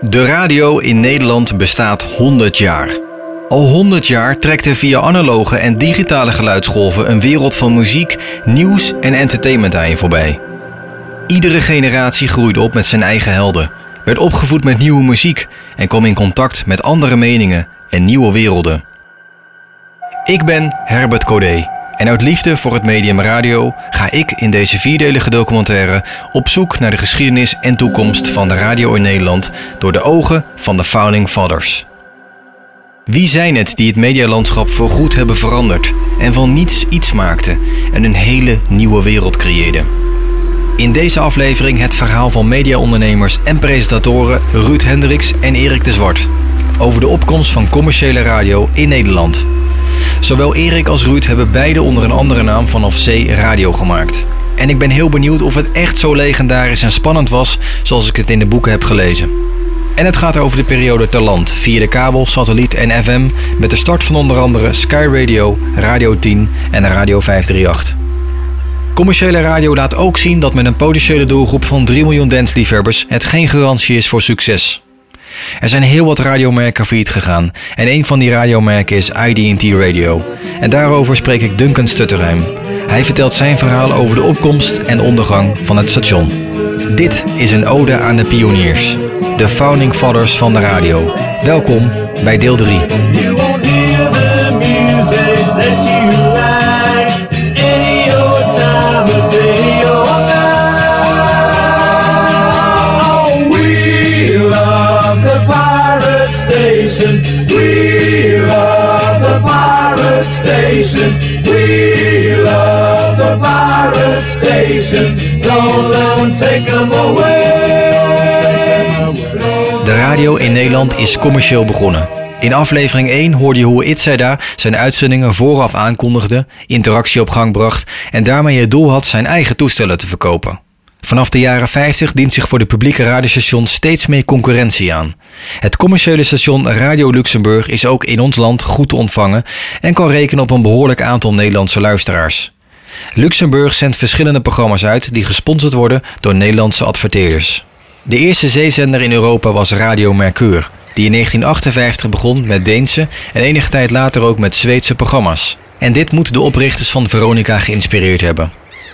De radio in Nederland bestaat 100 jaar. Al 100 jaar trekt er via analoge en digitale geluidsgolven een wereld van muziek, nieuws en entertainment aan je voorbij. Iedere generatie groeide op met zijn eigen helden, werd opgevoed met nieuwe muziek en kwam in contact met andere meningen en nieuwe werelden. Ik ben Herbert Codé en uit liefde voor het medium radio ga ik in deze vierdelige documentaire op zoek naar de geschiedenis en toekomst van de radio in Nederland door de ogen van de Founding Fathers. Wie zijn het die het medialandschap voorgoed hebben veranderd en van niets iets maakten en een hele nieuwe wereld creëerden? In deze aflevering het verhaal van mediaondernemers en presentatoren Ruud Hendricks en Erik de Zwart over de opkomst van commerciële radio in Nederland. Zowel Erik als Ruud hebben beide onder een andere naam vanaf C radio gemaakt. En ik ben heel benieuwd of het echt zo legendarisch en spannend was zoals ik het in de boeken heb gelezen. En het gaat over de periode ter land, via de kabel, satelliet en FM, met de start van onder andere Sky Radio, Radio 10 en Radio 538. Commerciële radio laat ook zien dat met een potentiële doelgroep van 3 miljoen dansliefhebbers het geen garantie is voor succes. Er zijn heel wat radiomerken failliet gegaan en een van die radiomerken is ID&T Radio. En daarover spreek ik Duncan Stutterheim. Hij vertelt zijn verhaal over de opkomst en ondergang van het station. Dit is een ode aan de pioniers, de Founding Fathers van de radio. Welkom bij deel 3. We love the pirate stations. Don't let them take them away. De radio in Nederland is commercieel begonnen. In aflevering 1 hoorde je hoe Itzada zijn uitzendingen vooraf aankondigde, interactie op gang bracht en daarmee het doel had zijn eigen toestellen te verkopen. Vanaf de jaren 50 dient zich voor de publieke radiostations steeds meer concurrentie aan. Het commerciële station Radio Luxemburg is ook in ons land goed te ontvangen en kan rekenen op een behoorlijk aantal Nederlandse luisteraars. Luxemburg zendt verschillende programma's uit die gesponsord worden door Nederlandse adverteerders. De eerste zeezender in Europa was Radio Mercure, die in 1958 begon met Deense en enige tijd later ook met Zweedse programma's. En dit moet de oprichters van Veronica geïnspireerd hebben.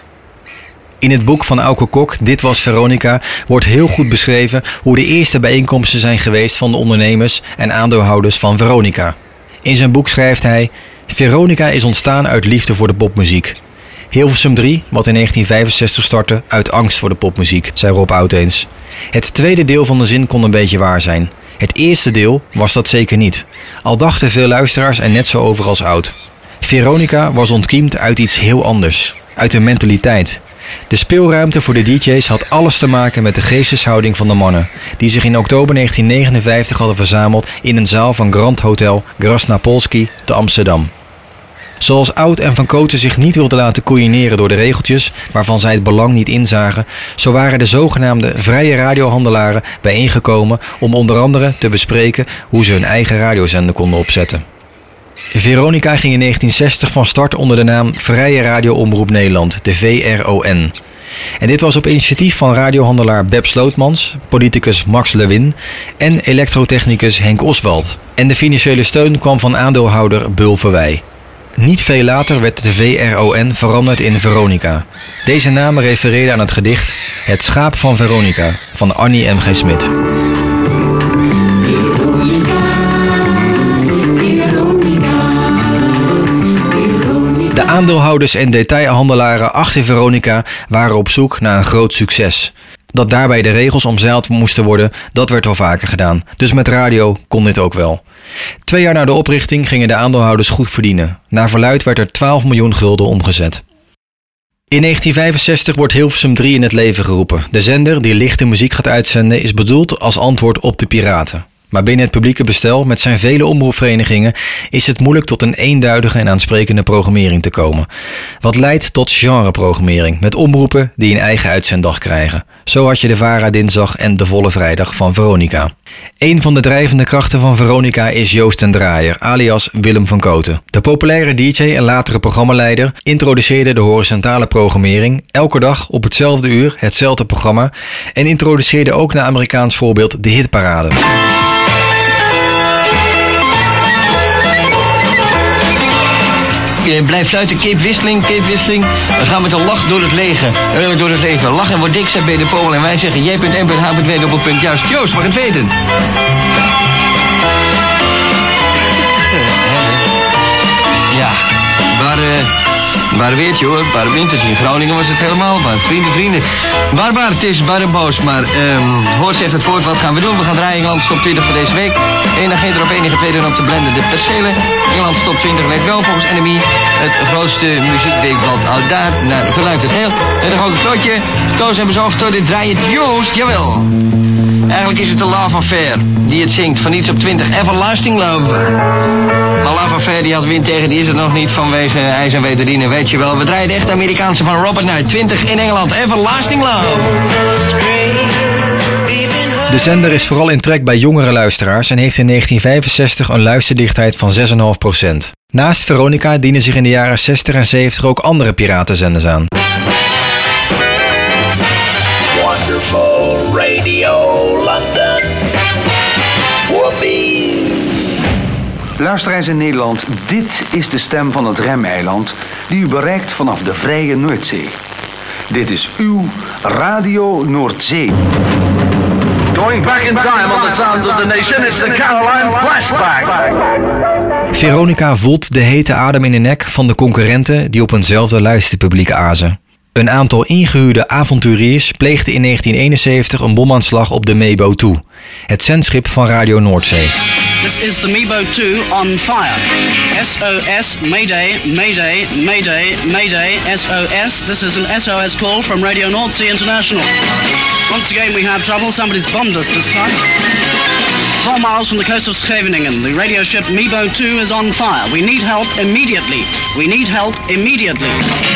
In het boek van Auke Kok, Dit was Veronica, wordt heel goed beschreven hoe de eerste bijeenkomsten zijn geweest van de ondernemers en aandeelhouders van Veronica. In zijn boek schrijft hij: Veronica is ontstaan uit liefde voor de popmuziek. Hilversum 3, wat in 1965 startte, uit angst voor de popmuziek, zei Rob Oud eens. Het tweede deel van de zin kon een beetje waar zijn. Het eerste deel was dat zeker niet. Al dachten veel luisteraars er net zo over als Oud. Veronica was ontkiemd uit iets heel anders. Uit een mentaliteit. De speelruimte voor de DJ's had alles te maken met de geesteshouding van de mannen, die zich in oktober 1959 hadden verzameld in een zaal van Grand Hotel Grasna-Polski te Amsterdam. Zoals Oud en Van Kooten zich niet wilden laten koeieneren door de regeltjes, waarvan zij het belang niet inzagen, zo waren de zogenaamde vrije radiohandelaren bijeengekomen om onder andere te bespreken hoe ze hun eigen radiozender konden opzetten. Veronica ging in 1960 van start onder de naam Vrije Radio Omroep Nederland, de VRON. En dit was op initiatief van radiohandelaar Beb Slootmans, politicus Max Lewin en elektrotechnicus Henk Oswald. En de financiële steun kwam van aandeelhouder Bul Verwij. Niet veel later werd de VRON veranderd in Veronica. Deze naam refereerde aan het gedicht Het schaap van Veronica van Annie M.G. Smit. De aandeelhouders en detailhandelaren achter Veronica waren op zoek naar een groot succes. Dat daarbij de regels omzeild moesten worden, dat werd wel vaker gedaan. Dus met radio kon dit ook wel. 2 jaar na de oprichting gingen de aandeelhouders goed verdienen. Naar verluidt werd er 12 miljoen gulden omgezet. In 1965 wordt Hilversum 3 in het leven geroepen. De zender die lichte muziek gaat uitzenden is bedoeld als antwoord op de piraten. Maar binnen het publieke bestel met zijn vele omroepverenigingen is het moeilijk tot een eenduidige en aansprekende programmering te komen. Wat leidt tot genreprogrammering met omroepen die een eigen uitzenddag krijgen. Zo had je de VARA dinsdag en de volle vrijdag van Veronica. Een van de drijvende krachten van Veronica is Joost den Draaier, alias Willem van Kooten. De populaire DJ en latere programmaleider introduceerde de horizontale programmering elke dag op hetzelfde uur, hetzelfde programma en introduceerde ook naar Amerikaans voorbeeld de hitparade. Blijf fluiten, Cape Wisseling. We gaan met een lach door het leven. Lachen wordt dik, zei bij de Pool. En wij zeggen j.m.h.w. Juist, Joost, mag het weten. Ja, waar weet je hoor, waar winters. In Groningen was het helemaal waar. Vrienden. Waar, het is barreboos, maar Hoort zegt het voort, wat gaan we doen? We gaan draaien Engeland Top 20 voor deze week. Eén agent erop, enige tweede op te blenden. De percelen. Engeland Top 20 weet wel volgens NMI. Het grootste muziekweekblad uit daar naar geluid het heel. En dan ook een grootje. Toos hebben ze door dit draaien. Joost, jawel. Eigenlijk is het de Love Affair die het zingt van iets op 20. Everlasting Love. Maar Love Affair die had wind tegen, die is het nog niet vanwege ijs en wederdiene, weet je wel. We draaien de echte Amerikaanse van Robert Knight. 20 in Engeland. Everlasting Love. De zender is vooral in trek bij jongere luisteraars en heeft in 1965 een luisterdichtheid van 6,5%. Naast Veronica dienen zich in de jaren 60 en 70 ook andere piratenzenders aan. Wonderful Radio London. Whoopie. Luisteraars in Nederland, dit is de stem van het Remeiland die u bereikt vanaf de vrije Noordzee. Dit is uw Radio Noordzee. Going back in time on the sounds of the nation, it's the Caroline Flashback. Veronica voelt de hete adem in de nek van de concurrenten die op eenzelfde luisterpubliek azen. Een aantal ingehuurde avonturiers pleegden in 1971 een bomaanslag op de Mebo 2, het zendschip van Radio Noordzee. This is the Mebo 2 on fire. SOS, Mayday, Mayday, Mayday, Mayday, SOS. This is an SOS call from Radio Nordsee International. Once again we have trouble. Somebody's bombed us this time. 4 miles from the coast of Scheveningen. The radio ship Mebo 2 is on fire. We need help immediately. We need help immediately.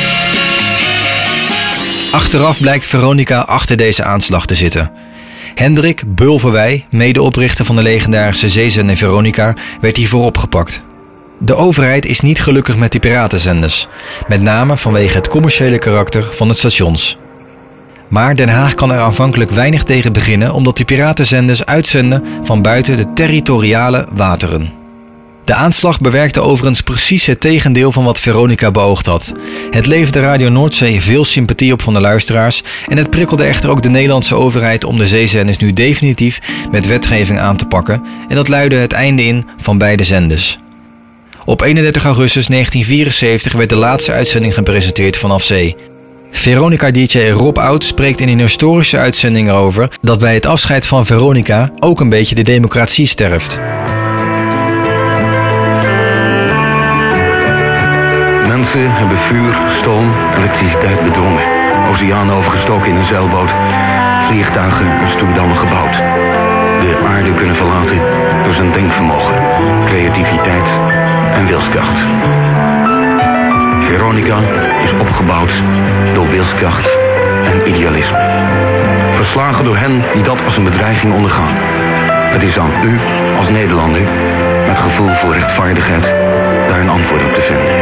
Achteraf blijkt Veronica achter deze aanslag te zitten. Hendrik Bulverwij, medeoprichter van de legendarische zeezender Veronica, werd hiervoor opgepakt. De overheid is niet gelukkig met die piratenzenders, met name vanwege het commerciële karakter van het stations. Maar Den Haag kan er aanvankelijk weinig tegen beginnen omdat die piratenzenders uitzenden van buiten de territoriale wateren. De aanslag bewerkte overigens precies het tegendeel van wat Veronica beoogd had. Het leverde Radio Noordzee veel sympathie op van de luisteraars en het prikkelde echter ook de Nederlandse overheid om de zeezenders nu definitief met wetgeving aan te pakken en dat luidde het einde in van beide zenders. Op 31 augustus 1974 werd de laatste uitzending gepresenteerd vanaf zee. Veronica-dj Rob Oud spreekt in een historische uitzending erover dat bij het afscheid van Veronica ook een beetje de democratie sterft. Mensen hebben vuur, stoom, elektriciteit bedwongen. Oceanen overgestoken in een zeilboot. Vliegtuigen en stoeidammen gebouwd. De aarde kunnen verlaten door zijn denkvermogen, creativiteit en wilskracht. Veronica is opgebouwd door wilskracht en idealisme. Verslagen door hen die dat als een bedreiging ondergaan. Het is aan u als Nederlander met gevoel voor rechtvaardigheid daar een antwoord op te vinden.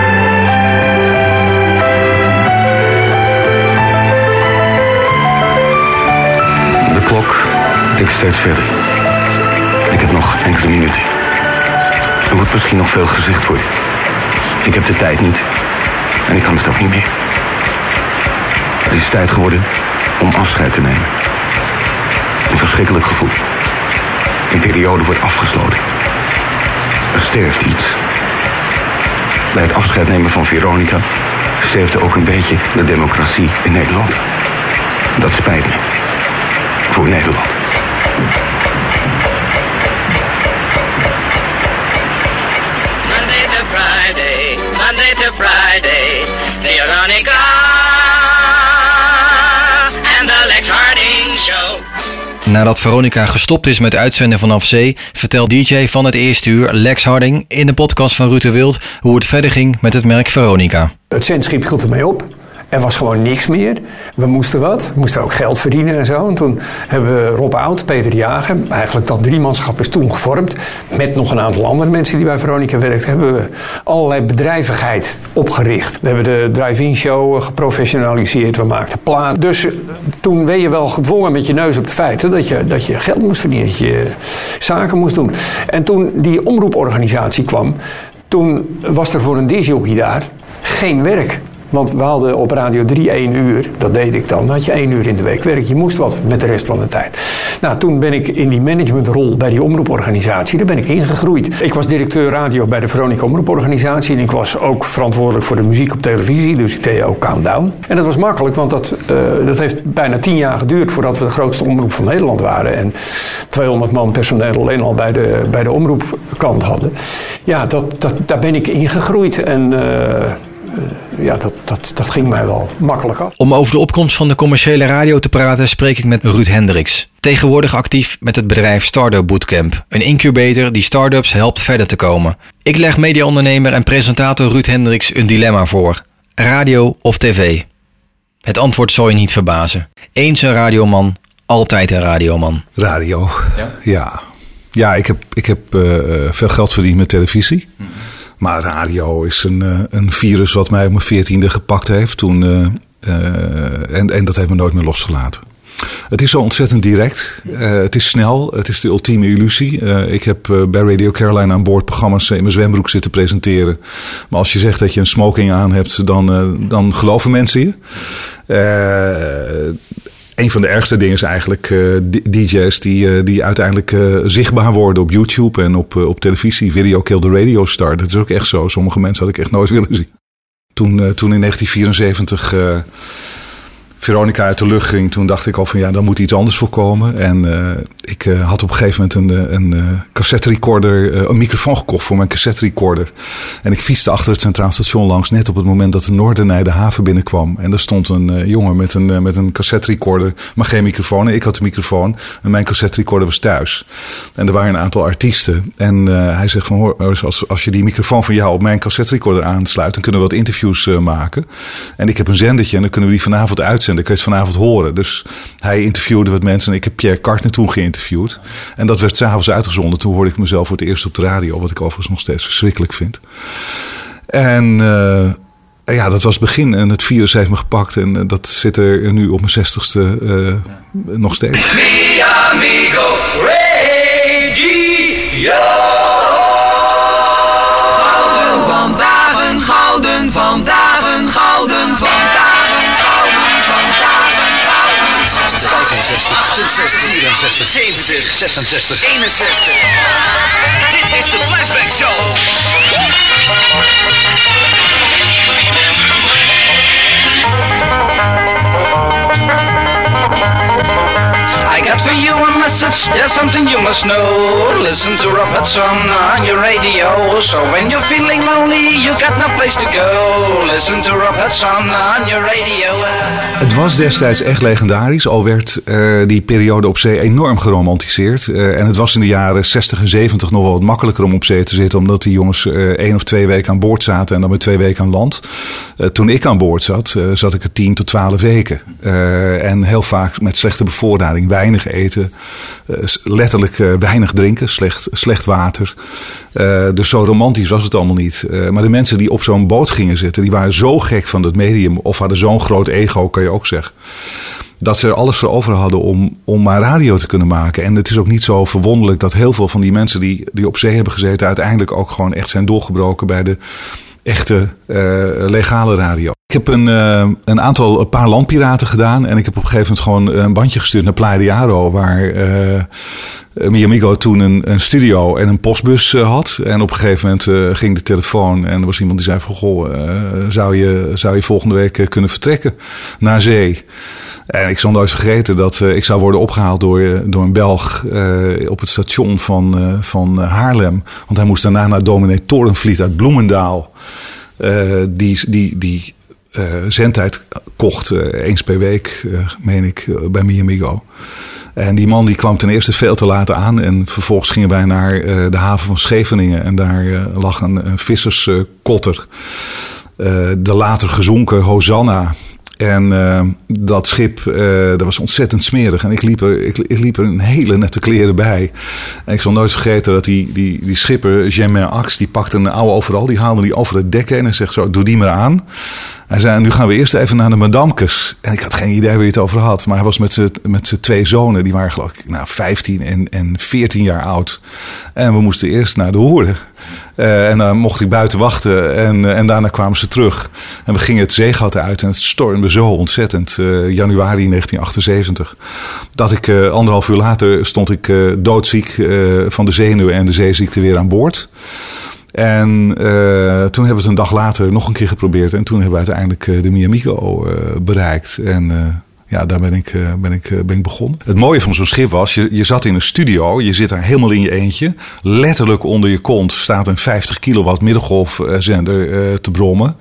De klok tikt steeds verder. Ik heb nog enkele minuten. Er moet misschien nog veel gezegd worden. Ik heb de tijd niet. En ik kan het ook niet meer. Het is tijd geworden om afscheid te nemen. Een verschrikkelijk gevoel. Een periode wordt afgesloten. Er sterft iets. Bij het afscheid nemen van Veronica sterfte ook een beetje de democratie in Nederland. Dat spijt me. Voor Nederland. Monday to Friday, Monday to Friday, Veronica and the Lex Harding Show. Nadat Veronica gestopt is met uitzenden vanaf zee, vertelt DJ van het eerste uur, Lex Harding, in de podcast van Ruud de Wild hoe het verder ging met het merk Veronica. Het zendschip hield ermee op. Er was gewoon niks meer. We moesten wat. We moesten ook geld verdienen en zo. En toen hebben we Rob Oud, Peter de Jager, eigenlijk dat driemanschap is toen gevormd. Met nog een aantal andere mensen die bij Veronica werkten. Hebben we allerlei bedrijvigheid opgericht. We hebben de drive-in show geprofessionaliseerd. We maakten plaat. Dus toen ben je wel gedwongen met je neus op de feiten dat je geld moest verdienen. Dat je zaken moest doen. En toen die omroeporganisatie kwam, toen was er voor een discjockey daar geen werk. Want we hadden op Radio 3 1 uur, dat deed ik dan, had je 1 uur in de week werk. Je moest wat met de rest van de tijd. Nou, toen ben ik in die managementrol bij die omroeporganisatie, daar ben ik ingegroeid. Ik was directeur radio bij de Veronica Omroeporganisatie en ik was ook verantwoordelijk voor de muziek op televisie, dus ik deed ook Countdown. En dat was makkelijk, want dat heeft bijna 10 jaar geduurd voordat we de grootste omroep van Nederland waren. En 200 man personeel alleen al bij de omroepkant hadden. Ja, daar ben ik ingegroeid en dat ging mij wel makkelijk af. Om over de opkomst van de commerciële radio te praten spreek ik met Ruud Hendricks. Tegenwoordig actief met het bedrijf Startup Bootcamp. Een incubator die start-ups helpt verder te komen. Ik leg mediaondernemer en presentator Ruud Hendricks een dilemma voor. Radio of tv? Het antwoord zal je niet verbazen. Eens een radioman, altijd een radioman. Radio, ja. Ik heb veel geld verdiend met televisie. Maar radio is een virus wat mij op mijn 14e gepakt heeft toen. En dat heeft me nooit meer losgelaten. Het is zo ontzettend direct. Het is snel. Het is de ultieme illusie. Ik heb bij Radio Caroline aan boord programma's in mijn zwembroek zitten presenteren. Maar als je zegt dat je een smoking aan hebt, dan geloven mensen je. Een van de ergste dingen is eigenlijk DJ's die uiteindelijk zichtbaar worden op YouTube en op televisie. Video Kill the Radio Star. Dat is ook echt zo. Sommige mensen had ik echt nooit willen zien. Toen in 1974 Veronica uit de lucht ging, toen dacht ik al van daar moet iets anders voor komen. En ik had op een gegeven moment een cassette recorder, een microfoon gekocht voor mijn cassette recorder. En ik fietste achter het Centraal Station langs, net op het moment dat de Noordernij de haven binnenkwam. En daar stond een jongen met een cassette recorder, maar geen microfoon. En ik had de microfoon en mijn cassette recorder was thuis. En er waren een aantal artiesten. En hij zegt van, hoor, als je die microfoon van jou op mijn cassette recorder aansluit, dan kunnen we wat interviews maken. En ik heb een zendertje en dan kunnen we die vanavond uitzenden. Dan kun je het vanavond horen. Dus hij interviewde wat mensen en ik heb Pierre Cartner toen geïnterviewd. En dat werd 's avonds uitgezonden. Toen hoorde ik mezelf voor het eerst op de radio, wat ik overigens nog steeds verschrikkelijk vind. En dat was het begin en het virus heeft me gepakt en dat zit er nu op mijn 60ste nog steeds. Mi amigo Radio. Gouden van dagen, gouden van dagen. 65, 68, 64, 70, 66, 61. Dit is de Flashback Show. I got for you a message, there's something you must know. Listen to Rob Hudson on your radio. So when you're feeling lonely, you got no place to go. Listen to Rob Hudson on your radio. Het was destijds echt legendarisch. Al werd die periode op zee enorm geromantiseerd. En het was in de jaren 60 en 70 nog wel wat makkelijker om op zee te zitten. Omdat die jongens 1 of 2 weken aan boord zaten en dan weer 2 weken aan land. Toen ik aan boord zat, zat ik er 10 tot 12 weken. En heel vaak met slechte bevoorrading. Weinig eten. Letterlijk weinig drinken. Slecht water. Dus zo romantisch was het allemaal niet. Maar de mensen die op zo'n boot gingen zitten, die waren zo gek van dat medium. Of hadden zo'n groot ego, kan je ook zeggen. Dat ze er alles voor over hadden om maar radio te kunnen maken. En het is ook niet zo verwonderlijk dat heel veel van die mensen die op zee hebben gezeten, uiteindelijk ook gewoon echt zijn doorgebroken bij de echte legale radio. Ik heb een paar landpiraten gedaan. En ik heb op een gegeven moment gewoon een bandje gestuurd naar Playa de Jaro, waar mi amigo toen een studio en een postbus had. En op een gegeven moment ging de telefoon en er was iemand die zei van, goh, zou je volgende week kunnen vertrekken naar zee? En ik zal nooit vergeten dat ik zou worden opgehaald door een Belg op het station van Haarlem. Want hij moest daarna naar dominee Torenvliet uit Bloemendaal. Die zendtijd kocht eens per week, meen ik, bij mi amigo. En die man die kwam ten eerste veel te laat aan. En vervolgens gingen wij naar de haven van Scheveningen. En daar lag een visserskotter. De later gezonken Hosanna. En dat schip, dat was ontzettend smerig. En ik liep er een hele nette kleren bij. En ik zal nooit vergeten dat die schipper, Germain Ax, die pakte een oude overal. Die haalde die over het dek heen en zegt zo, doe die maar aan. Hij zei, nu gaan we eerst even naar de madamekes. En ik had geen idee waar je het over had. Maar hij was met zijn 2 zonen. Die waren geloof ik 15 en 14 jaar oud. En we moesten eerst naar de hoeren. En dan mocht ik buiten wachten. En daarna kwamen ze terug. En we gingen het zeegat uit. En het stormde zo ontzettend. Januari 1978. Dat ik 1,5 uur later stond ik doodziek van de zenuwen en de zeeziekte weer aan boord. En toen hebben we het een dag later nog een keer geprobeerd. En toen hebben we uiteindelijk de Miamico bereikt. En daar ben ik begonnen. Het mooie van zo'n schip was, je zat in een studio. Je zit daar helemaal in je eentje. Letterlijk onder je kont staat een 50 kilowatt middengolfzender te brommen.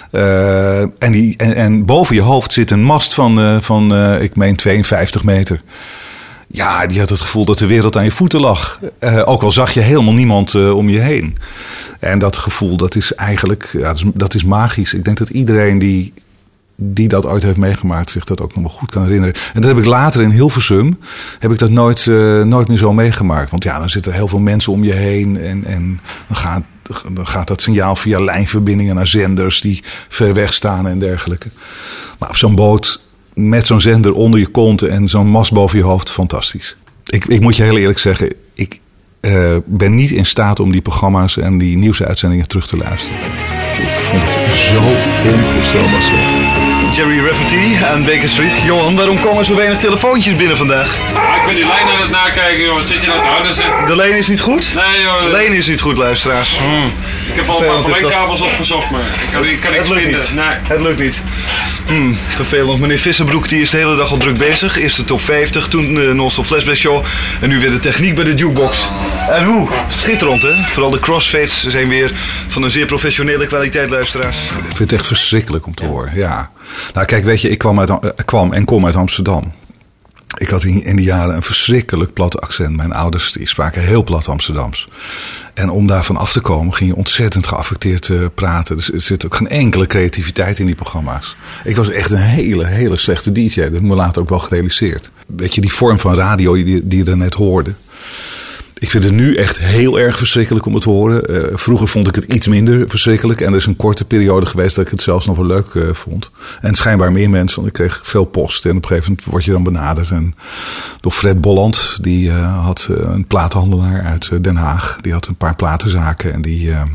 En boven je hoofd zit een mast van ik meen 52 meter. Ja, die had het gevoel dat de wereld aan je voeten lag. Ook al zag je helemaal niemand om je heen. En dat gevoel, dat is eigenlijk, dat is magisch. Ik denk dat iedereen die dat ooit heeft meegemaakt zich dat ook nog wel goed kan herinneren. En dat heb ik later in Hilversum, heb ik dat nooit meer zo meegemaakt. Want ja, dan zitten er heel veel mensen om je heen. En dan gaat dat signaal via lijnverbindingen naar zenders die ver weg staan en dergelijke. Maar op zo'n boot met zo'n zender onder je kont en zo'n mast boven je hoofd, fantastisch. Ik moet je heel eerlijk zeggen, ik ben niet in staat om die programma's en die nieuwsuitzendingen terug te luisteren. Ik vond het zo onvoorstelbaar slecht. Jerry Rafferty aan Baker Street. Johan, waarom komen er zo weinig telefoontjes binnen vandaag? Ik ben die lijn aan het nakijken, joh. Wat zit je nou te harden? De lijn is niet goed? Nee, joh. De lijn is niet goed, luisteraars. Ik heb al een paar verlengkabels opgezocht, maar ik kan niks vinden. Nee. Het lukt niet. Vervelend. Meneer Visserbroek die is de hele dag al druk bezig. Eerst de top 50, toen de Non-Stop Flashback Show. En nu weer de techniek bij de jukebox. En hoe? Schitterend, hè? Vooral de crossfades zijn weer van een zeer professionele kwaliteit, luisteraars. Ik vind het echt verschrikkelijk om te horen, ja. Nou kijk, weet je, ik kom uit Amsterdam. Ik had in die jaren een verschrikkelijk plat accent. Mijn ouders die spraken heel plat Amsterdams. En om daarvan af te komen ging je ontzettend geaffecteerd praten. Dus er zit ook geen enkele creativiteit in die programma's. Ik was echt een hele slechte DJ. Dat heb ik me later ook wel gerealiseerd. Weet je, die vorm van radio die je net hoorde. Ik vind het nu echt heel erg verschrikkelijk om het te horen. Vroeger vond ik het iets minder verschrikkelijk. En er is een korte periode geweest dat ik het zelfs nog wel leuk vond. En schijnbaar meer mensen, want ik kreeg veel post. En op een gegeven moment word je dan benaderd. En door Fred Bolland, die had een platenhandelaar uit Den Haag. Die had een paar platenzaken en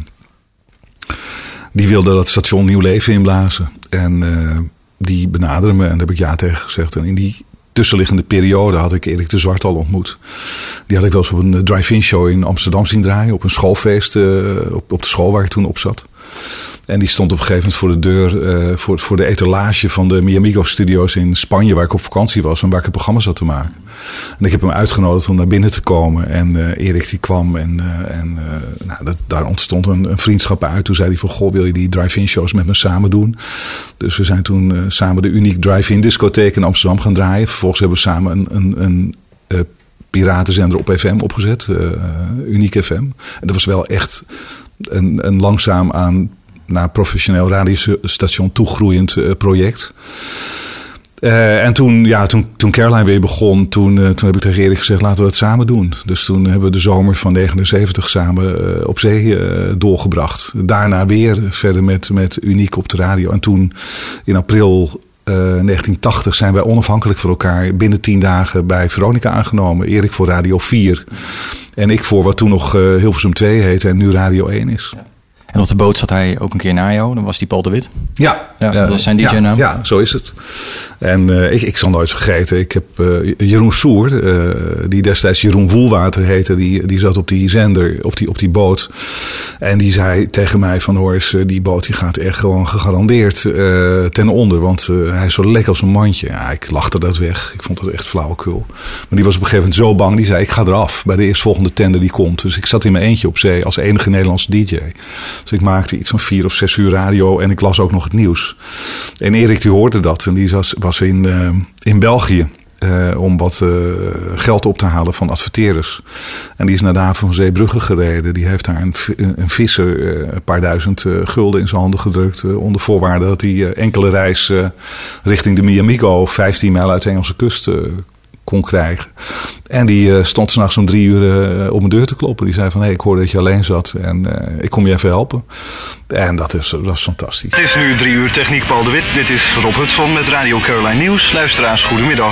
die wilde dat station Nieuw Leven inblazen. En die benaderde me en daar heb ik ja tegen gezegd. En in die tussenliggende periode had ik Erik de Zwart al ontmoet. Die had ik wel eens op een drive-in show in Amsterdam zien draaien. Op een schoolfeest op de school waar ik toen op zat. En die stond op een gegeven moment voor de deur voor de etalage van de Miamigo Studios in Spanje, waar ik op vakantie was en waar ik een programma zat te maken. En ik heb hem uitgenodigd om naar binnen te komen. En Erik die kwam daar ontstond een vriendschap uit. Toen zei hij van, goh, wil je die drive-in shows met me samen doen? Dus we zijn toen samen de Uniek Drive-in discotheek in Amsterdam gaan draaien. Vervolgens hebben we samen een piratenzender op FM opgezet, Uniek FM. En dat was wel echt een langzaam naar professioneel radiostation toegroeiend project. En toen Caroline weer begon, toen heb ik tegen Erik gezegd, laten we het samen doen. Dus toen hebben we de zomer van 79 samen op zee doorgebracht. Daarna weer verder met Uniek op de radio. En toen in april 1980 zijn wij onafhankelijk van elkaar binnen 10 dagen bij Veronica aangenomen. Erik voor Radio 4 en ik voor wat toen nog Hilversum 2 heette en nu Radio 1 is. Ja. En op de boot zat hij ook een keer na jou. Dan was die Paul de Wit. Ja, dat is zijn DJ-naam. Ja, zo is het. En ik zal nooit vergeten. Ik heb Jeroen Soer, die destijds Jeroen Woelwater heette. Die zat op die zender, op die boot. En die zei tegen mij van, hoor eens, die boot die gaat echt gewoon gegarandeerd ten onder. Want hij is zo lekker als een mandje. Ja, ik lachte dat weg. Ik vond het echt flauwekul. Maar die was op een gegeven moment zo bang. Die zei, ik ga eraf bij de eerstvolgende tender die komt. Dus ik zat in mijn eentje op zee als enige Nederlandse DJ. Dus ik maakte iets van 4 of 6 uur radio en ik las ook nog het nieuws. En Erik die hoorde dat en die was in België. om wat geld op te halen van adverteerders. En die is naar de haven van Zeebrugge gereden. Die heeft daar een visser een paar duizend gulden in zijn handen gedrukt. Onder voorwaarde dat hij enkele reis richting de Miami-Go, 15 mijl uit de Engelse kust, kon krijgen. En die stond 's nachts om 3 uur op mijn deur te kloppen. Die zei van, ik hoorde dat je alleen zat en ik kom je even helpen. En dat was fantastisch. Het is nu 3 uur techniek, Paul de Wit. Dit is Rob Hudson met Radio Caroline Nieuws. Luisteraars, goedemiddag.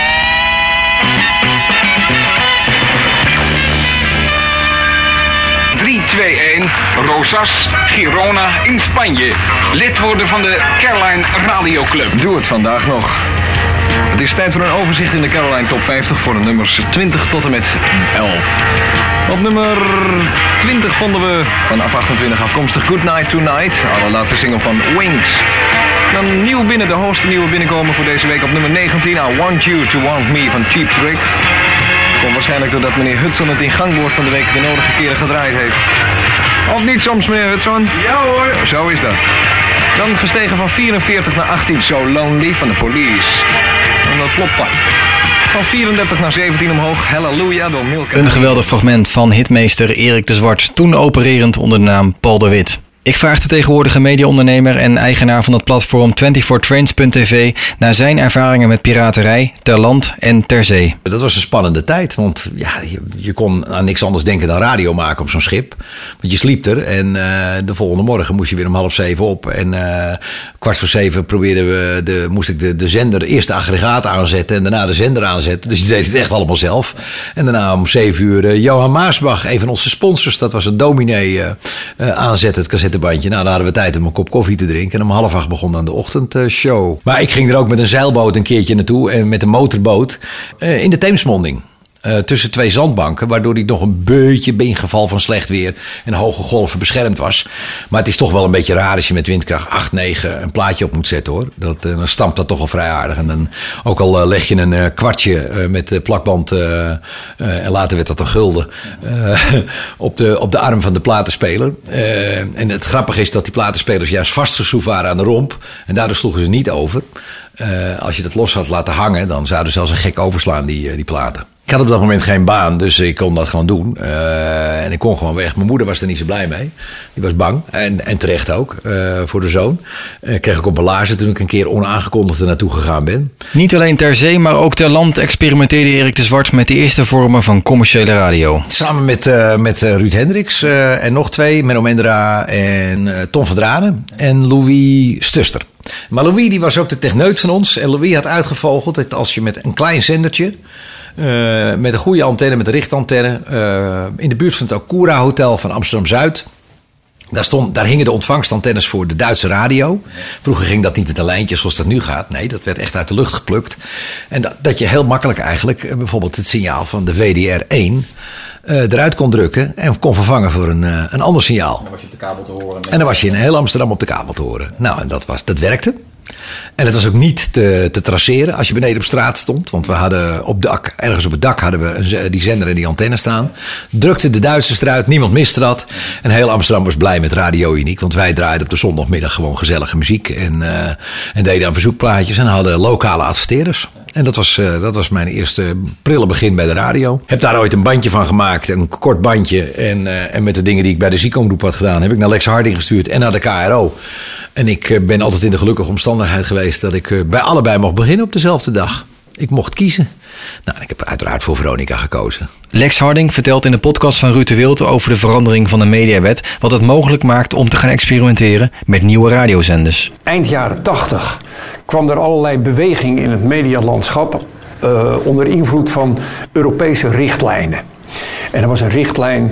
Rosas, Girona in Spanje. Lid worden van de Caroline Radio Club. Doe het vandaag nog. Het is tijd voor een overzicht in de Caroline Top 50 voor de nummers 20 tot en met 11. Op nummer 20 vonden we vanaf 28 afkomstig Good Night Tonight, allerlaatste single van Wings. Dan nieuw binnen, de hoogste nieuwe binnenkomen voor deze week op nummer 19, I Want You to Want Me van Cheap Trick. Komt waarschijnlijk doordat meneer Hudson het in gangboord van de week de nodige keren gedraaid heeft. Of niet soms, meneer Hudson? Ja hoor. Zo is dat. Dan gestegen van 44 naar 18, So Lonely van de Police. En dat klopt pas. Van 34 naar 17 omhoog, Hallelujah door Milk. Een geweldig fragment van hitmeester Erik de Zwart, toen opererend onder de naam Paul de Wit. Ik vraag de tegenwoordige mediaondernemer en eigenaar van het platform 24trains.tv naar zijn ervaringen met piraterij, ter land en ter zee. Dat was een spannende tijd, want ja, je kon aan niks anders denken dan radio maken op zo'n schip. Want je sliep er en de volgende morgen moest je weer om 6:30 op. En 6:15 moest ik de zender, eerst de aggregaat aanzetten en daarna de zender aanzetten. Dus je deed het echt allemaal zelf. En daarna om 7:00 Johan Maasbach, een van onze sponsors, dat was een dominee, aanzetten, het cassettebandje. Nou, dan hadden we tijd om een kop koffie te drinken. En om 7:30 begon dan de ochtendshow. Maar ik ging er ook met een zeilboot een keertje naartoe en met een motorboot in de Theemsmonding. Tussen 2 zandbanken, waardoor hij nog een beetje in geval van slecht weer en hoge golven beschermd was. Maar het is toch wel een beetje raar als je met windkracht 8, 9 een plaatje op moet zetten, hoor. Dan stampt dat toch wel vrij aardig. En dan ook al leg je een kwartje met plakband en later werd dat een gulden op de arm van de platenspeler. En het grappige is dat die platenspelers juist vastgeschroefd waren aan de romp en daardoor sloegen ze niet over. Als je dat los had laten hangen, dan zouden ze zelfs een gek overslaan, die platen. Ik had op dat moment geen baan, dus ik kon dat gewoon doen. En ik kon gewoon weg. Mijn moeder was er niet zo blij mee. Die was bang. En terecht ook, voor de zoon. Kreeg ik op een laarzen toen ik een keer onaangekondigd er naartoe gegaan ben. Niet alleen ter zee, maar ook ter land experimenteerde Erik de Zwart met de eerste vormen van commerciële radio. Samen met Ruud Hendricks en nog 2, Menno Mendra en Tom van Dranen en Louis Stuster. Maar Louis die was ook de techneut van ons. En Louis had uitgevogeld dat als je met een klein zendertje, met een goede antenne, met een richtantenne, in de buurt van het Okura Hotel van Amsterdam-Zuid. Daar hingen de ontvangstantennes voor de Duitse radio. Vroeger ging dat niet met een lijntje zoals dat nu gaat. Nee, dat werd echt uit de lucht geplukt. En dat je heel makkelijk eigenlijk bijvoorbeeld het signaal van de VDR1 eruit kon drukken en kon vervangen voor een ander signaal. En dan was je op de kabel te horen. En dan was je in heel Amsterdam op de kabel te horen. Nou, en dat werkte. En het was ook niet te traceren als je beneden op straat stond. Want we hadden ergens op het dak hadden we die zender en die antenne staan. Drukten de Duitsers eruit, niemand miste dat. En heel Amsterdam was blij met Radio Uniek. Want wij draaiden op de zondagmiddag gewoon gezellige muziek. En deden aan verzoekplaatjes en hadden lokale adverteerders. En dat was mijn eerste prille begin bij de radio. Heb daar ooit een bandje van gemaakt, een kort bandje. En met de dingen die ik bij de ziekenomroep had gedaan, heb ik naar Lex Harding gestuurd en naar de KRO. En ik ben altijd in de gelukkige omstandigheid geweest dat ik bij allebei mocht beginnen op dezelfde dag. Ik mocht kiezen. Nou, ik heb uiteraard voor Veronica gekozen. Lex Harding vertelt in de podcast van Ruud de Wild over de verandering van de mediawet, wat het mogelijk maakt om te gaan experimenteren met nieuwe radiozenders. Eind jaren 80 kwam er allerlei beweging in het medialandschap onder invloed van Europese richtlijnen. En er was een richtlijn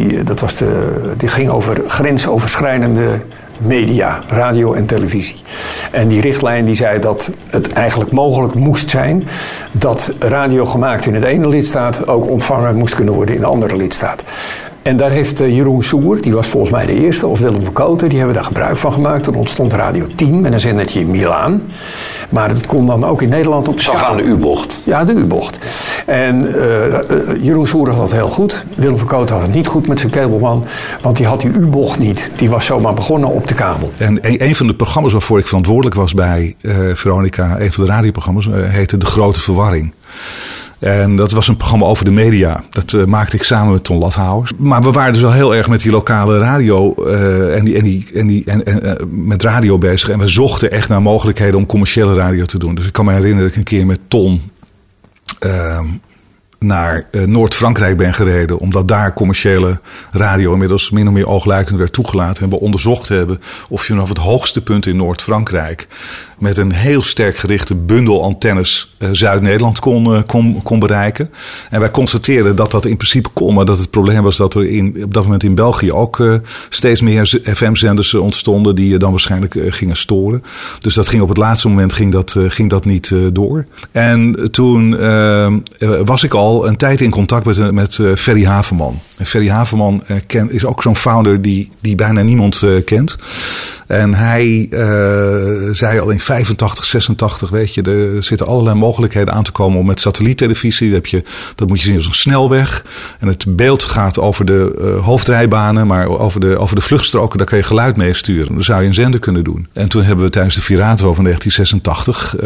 die ging over grensoverschrijdende media, radio en televisie. En die richtlijn die zei dat het eigenlijk mogelijk moest zijn dat radio gemaakt in het ene lidstaat ook ontvangen moest kunnen worden in de andere lidstaat. En daar heeft Jeroen Soer, die was volgens mij de eerste, of Willem van Kooten, die hebben daar gebruik van gemaakt. Toen ontstond Radio 10 met een zendertje in Milaan. Maar het kon dan ook in Nederland op de kabel. aan de U-bocht. Ja, de U-bocht. En Jeroen Soer had dat heel goed. Willem van Kooten had het niet goed met zijn kabelman, want die had die U-bocht niet. Die was zomaar begonnen op de kabel. En een van de programma's waarvoor ik verantwoordelijk was bij Veronica, een van de radioprogramma's, heette De Grote Verwarring. En dat was een programma over de media. Dat maakte ik samen met Ton Lathouwers. Maar we waren dus wel heel erg met die lokale radio met radio bezig. En we zochten echt naar mogelijkheden om commerciële radio te doen. Dus ik kan me herinneren dat ik een keer met Ton naar Noord-Frankrijk ben gereden. Omdat daar commerciële radio inmiddels min of meer oogluikend werd toegelaten. En we onderzocht hebben of je vanaf het hoogste punt in Noord-Frankrijk met een heel sterk gerichte bundel antennes Zuid-Nederland kon bereiken. En wij constateerden dat dat in principe kon. Maar dat het probleem was dat er op dat moment in België ook steeds meer FM-zenders ontstonden die dan waarschijnlijk gingen storen. Dus dat ging op het laatste moment ging dat niet door. En toen was ik al een tijd in contact met Ferry Haverman. En Ferry Haverman is ook zo'n founder die bijna niemand kent. En hij zei al in 85, 86, weet je, er zitten allerlei mogelijkheden aan te komen om met satelliettelevisie. Dat moet je zien als een snelweg. En het beeld gaat over de hoofdrijbanen, maar over de vluchtstroken, daar kan je geluid mee sturen. Dan zou je een zender kunnen doen. En toen hebben we tijdens de Virato van 1986...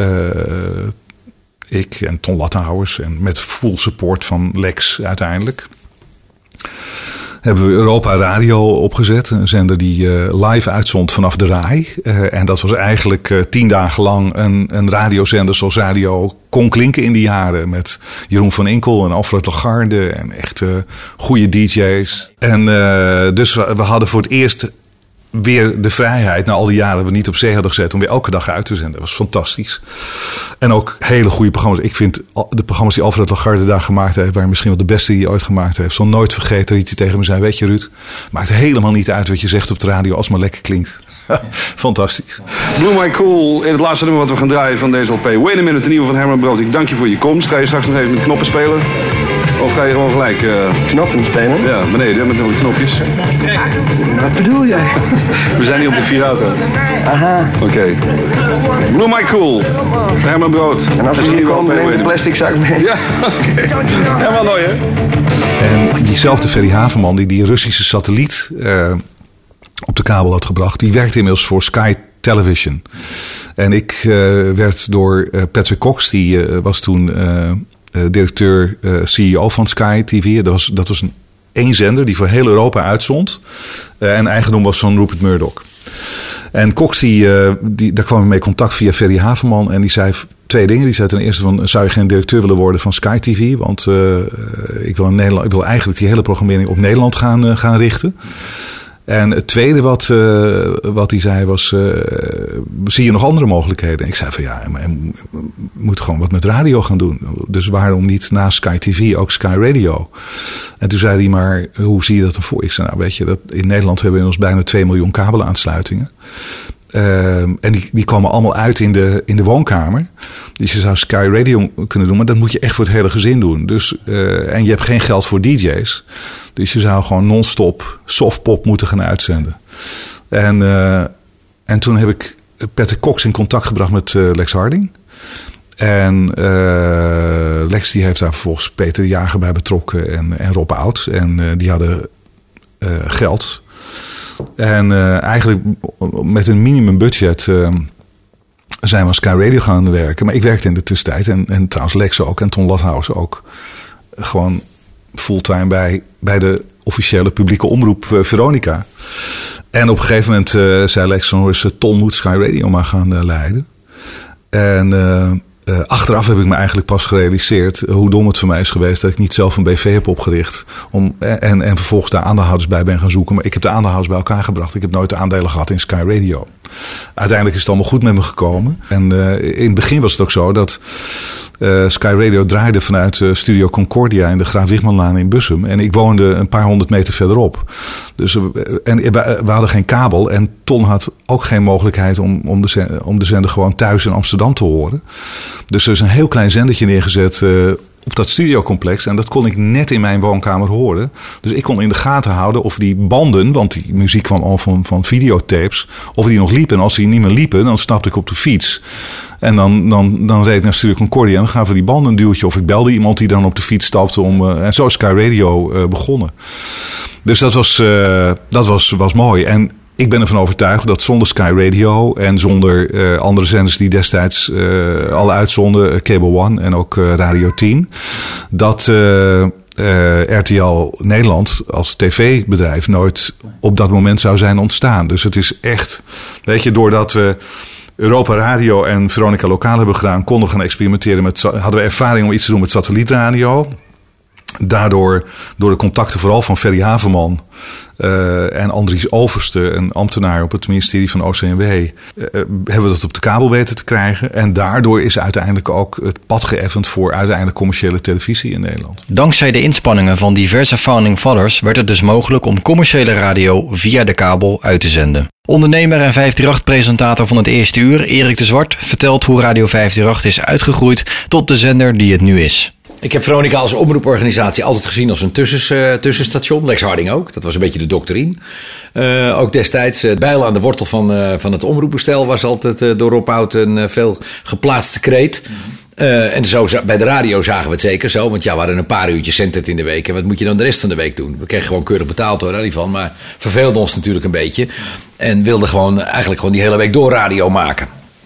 ik en Ton Lathouwers en met full support van Lex uiteindelijk, hebben we Europa Radio opgezet. Een zender die live uitzond vanaf de RAI. En dat was eigenlijk 10 dagen lang een radiozender zoals radio kon klinken in die jaren. Met Jeroen van Inkel en Alfred Lagarde en echt goede DJ's. En dus we hadden voor het eerst weer de vrijheid, na al die jaren we niet op zee hadden gezet, om weer elke dag uit te zenden. Dat was fantastisch. En ook hele goede programma's. Ik vind de programma's die Alfred Lagarde daar gemaakt heeft, waren misschien wel de beste die hij ooit gemaakt heeft. Zal nooit vergeten dat hij tegen me zei, weet je Ruud, maakt helemaal niet uit wat je zegt op de radio als het maar lekker klinkt. Fantastisch. Blue My Cool in het laatste nummer wat we gaan draaien van deze LP. Wait a minute, de nieuwe van Herman Brood. Ik dank je voor je komst. Ga je straks nog even met knoppen spelen? Of ga je gewoon gelijk... knoppen spelen? Ja, beneden met de knopjes. Wat bedoel jij? We zijn niet op de Virato. Aha. Oké. Blue My Cool. Herman Brood. En als we hier komen, neem de plastic zak mee. Ja, oké. Helemaal mooi, hè? En diezelfde Ferry Haverman die Russische satelliet op de kabel had gebracht, die werkte inmiddels voor Sky Television. En ik werd door Patrick Cox, die was toen directeur, CEO van Sky TV. Dat was één zender die voor heel Europa uitzond. En eigendom was van Rupert Murdoch. En Cox, daar kwam ik mee in contact via Ferry Haverman. En die zei 2 dingen. Die zei ten eerste van, zou je geen directeur willen worden van Sky TV? Want ik wil eigenlijk die hele programmering op Nederland gaan richten. En het tweede wat hij zei was, zie je nog andere mogelijkheden? En ik zei van ja, maar je moet gewoon wat met radio gaan doen. Dus waarom niet naast Sky TV ook Sky Radio? En toen zei hij, maar hoe zie je dat dan voor? Ik zei, nou weet je, dat in Nederland hebben we ons bijna 2 miljoen kabelaansluitingen. En die komen allemaal uit in de woonkamer. Dus je zou Sky Radio kunnen doen, maar dat moet je echt voor het hele gezin doen. Dus, en je hebt geen geld voor DJ's. Dus je zou gewoon non-stop softpop moeten gaan uitzenden. En toen heb ik Patrick Cox in contact gebracht met Lex Harding. En Lex die heeft daar vervolgens Peter de Jager bij betrokken en Rob Oud. En die hadden geld. En eigenlijk met een minimumbudget zijn we aan Sky Radio gaan werken. Maar ik werkte in de tussentijd. En trouwens Lex ook en Ton Lathouwers ook. Gewoon fulltime bij de officiële publieke omroep Veronica. En op een gegeven moment zei Lex van, hoor eens, Ton moet Sky Radio maar gaan leiden. En achteraf heb ik me eigenlijk pas gerealiseerd hoe dom het voor mij is geweest dat ik niet zelf een BV heb opgericht. En vervolgens daar aandeelhouders bij ben gaan zoeken. Maar ik heb de aandeelhouders bij elkaar gebracht. Ik heb nooit de aandelen gehad in Sky Radio. Uiteindelijk is het allemaal goed met me gekomen. En in het begin was het ook zo dat Sky Radio draaide vanuit Studio Concordia in de Graaf Wichmanlaan in Bussum. En ik woonde een paar 100 meter verderop. Dus, we hadden geen kabel. En Ton had ook geen mogelijkheid om de zender gewoon thuis in Amsterdam te horen. Dus er is een heel klein zendertje neergezet op dat studiocomplex. En dat kon ik net in mijn woonkamer horen. Dus ik kon in de gaten houden of die banden, want die muziek kwam al van videotapes, of die nog liepen. En als die niet meer liepen, dan stapte ik op de fiets. En dan reed ik naar Studio Concordia en dan gaven die banden een duwtje. Of ik belde iemand die dan op de fiets stapte. En zo is Sky Radio begonnen. Dus dat was mooi. En Ik ben ervan overtuigd dat zonder Sky Radio en zonder andere zenders die destijds al uitzonden, Cable One en ook Radio 10, dat RTL Nederland als tv-bedrijf nooit op dat moment zou zijn ontstaan. Dus het is echt, weet je, doordat we Europa Radio en Veronica Lokaal hebben gedaan, konden we gaan experimenteren hadden we ervaring om iets te doen met satellietradio. Daardoor, door de contacten vooral van Ferry Haverman en Andries Overste, een ambtenaar op het ministerie van OCMW, hebben we dat op de kabel weten te krijgen. En daardoor is uiteindelijk ook het pad geëffend voor uiteindelijk commerciële televisie in Nederland. Dankzij de inspanningen van diverse founding fathers werd het dus mogelijk om commerciële radio via de kabel uit te zenden. Ondernemer en 538-presentator van het eerste uur, Erik de Zwart, vertelt hoe Radio 538 is uitgegroeid tot de zender die het nu is. Ik heb Veronica als omroeporganisatie altijd gezien als een tussenstation. Lex Harding ook. Dat was een beetje de doctrine. Ook destijds, het bijl aan de wortel van het omroepbestel was altijd door Rob Hout een veel geplaatste kreet. En zo, bij de radio zagen we het zeker zo. Want ja, we hadden een paar uurtjes zendtijd in de week. En wat moet je dan de rest van de week doen? We kregen gewoon keurig betaald hoor, daar niet van. Maar verveelden ons natuurlijk een beetje. En wilden eigenlijk gewoon die hele week door radio maken.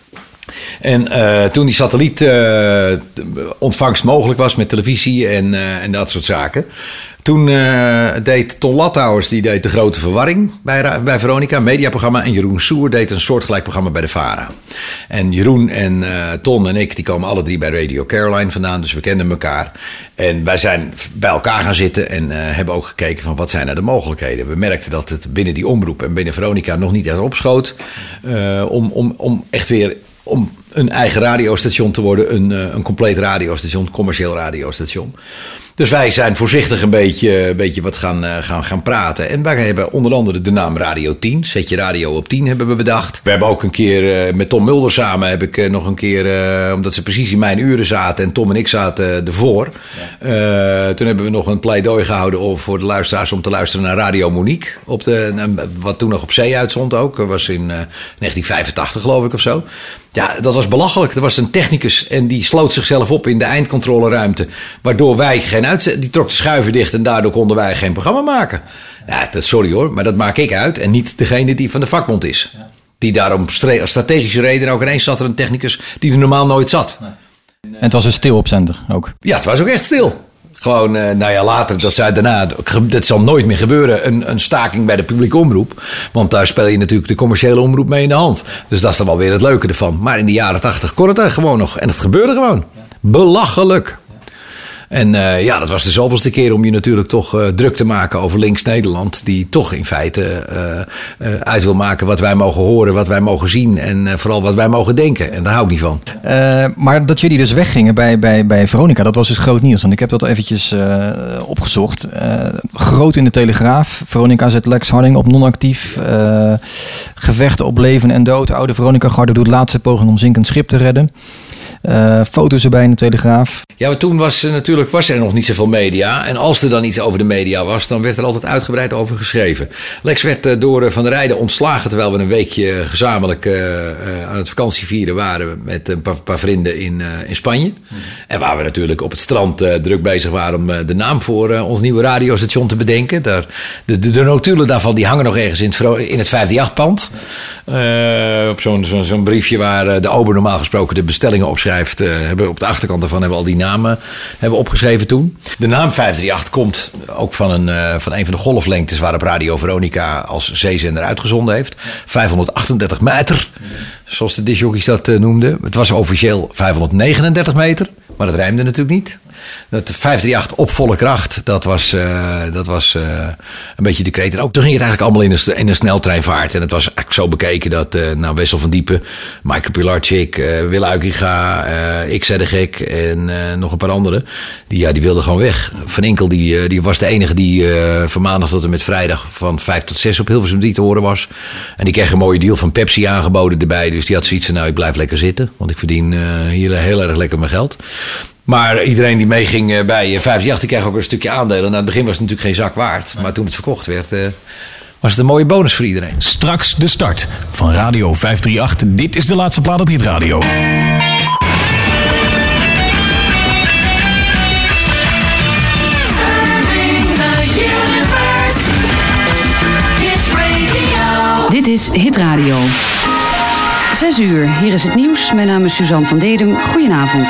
En toen die satelliet ontvangst mogelijk was met televisie en dat soort zaken. Toen deed Ton Lathouwers, die deed De Grote Verwarring bij Veronica, een mediaprogramma. En Jeroen Soer deed een soortgelijk programma bij de VARA. En Jeroen en Ton en ik, die komen alle drie bij Radio Caroline vandaan. Dus we kenden elkaar. En wij zijn bij elkaar gaan zitten en hebben ook gekeken van wat zijn er de mogelijkheden. We merkten dat het binnen die omroep en binnen Veronica nog niet echt opschoot. Om echt weer om een eigen radiostation te worden, een compleet radiostation, commercieel radiostation. Dus wij zijn voorzichtig een beetje wat gaan praten. En wij hebben onder andere de naam Radio 10. Zet je radio op 10 hebben we bedacht. We hebben ook een keer met Tom Mulder samen heb ik nog een keer, omdat ze precies in mijn uren zaten en Tom en ik zaten ervoor. Ja. Toen hebben we nog een pleidooi gehouden voor de luisteraars om te luisteren naar Radio Monique. Wat toen nog op zee uitzond ook. Dat was in 1985 geloof ik of zo. Ja, dat was belachelijk. Er was een technicus en die sloot zichzelf op in de eindcontroleruimte. Waardoor wij die trok de schuiven dicht en daardoor konden wij geen programma maken. Ja, sorry hoor, maar dat maak ik uit en niet degene die van de vakbond is. Ja. Die daarom strategische reden ook ineens zat er een technicus die er normaal nooit zat. Nee. En het was een stil op zender ook? Ja, het was ook echt stil. Gewoon, later, dat zei daarna, dat zal nooit meer gebeuren, een staking bij de publieke omroep. Want daar speel je natuurlijk de commerciële omroep mee in de hand. Dus dat is dan wel weer het leuke ervan. Maar in de jaren 80 kon het er gewoon nog. En het gebeurde gewoon. Ja. Belachelijk. En dat was de zoveelste keer om je natuurlijk toch druk te maken over Links Nederland. Die toch in feite uit wil maken wat wij mogen horen, wat wij mogen zien. En vooral wat wij mogen denken. En daar hou ik niet van. Maar dat jullie dus weggingen bij Veronica, dat was dus groot nieuws. Want ik heb dat eventjes opgezocht. Groot in de Telegraaf. Veronica zet Lex Harding op non-actief. Gevechten op leven en dood. Oude Veronica-garde doet laatste poging om zinkend schip te redden. Foto's erbij in de Telegraaf. Ja, maar toen was er nog niet zoveel media. En als er dan iets over de media was, dan werd er altijd uitgebreid over geschreven. Lex werd door Van der Rijden ontslagen terwijl we een weekje gezamenlijk aan het vakantievieren waren met een paar vrienden in Spanje. En waar we natuurlijk op het strand druk bezig waren om de naam voor ons nieuwe radiostation te bedenken. De notulen daarvan die hangen nog ergens in het 538-pand. Op zo'n briefje waar de ober normaal gesproken de bestellingen opschrijft. Op de achterkant daarvan hebben we al die namen opgeschreven toen. De naam 538 komt ook van een van de golflengtes waarop Radio Veronica als zeezender uitgezonden heeft. 538 meter, zoals de discjockeys dat noemden. Het was officieel 539 meter, maar dat rijmde natuurlijk niet. Dat 538 op volle kracht, dat was een beetje de kreet. En ook toen ging het eigenlijk allemaal in een sneltreinvaart. En het was eigenlijk zo bekeken dat Wessel van Diepen, Michael Pilarczyk, Wille Uikinga, ik zei de gek en nog een paar anderen. Die wilden gewoon weg. Van Inkel die was de enige die van maandag tot en met vrijdag van 5 tot 6 op Hilversum 3 te horen was. En die kreeg een mooie deal van Pepsi aangeboden erbij. Dus die had zoiets van, ik blijf lekker zitten. Want ik verdien hier heel erg lekker mijn geld. Maar iedereen die meeging bij 538, die kreeg ook een stukje aandelen. Nou, in het begin was het natuurlijk geen zak waard. Maar toen het verkocht werd, was het een mooie bonus voor iedereen. Straks de start van Radio 538. Dit is de laatste plaat op Hit Radio. Dit is Hit Radio. 6 uur, hier is het nieuws. Mijn naam is Suzanne van Dedem. Goedenavond.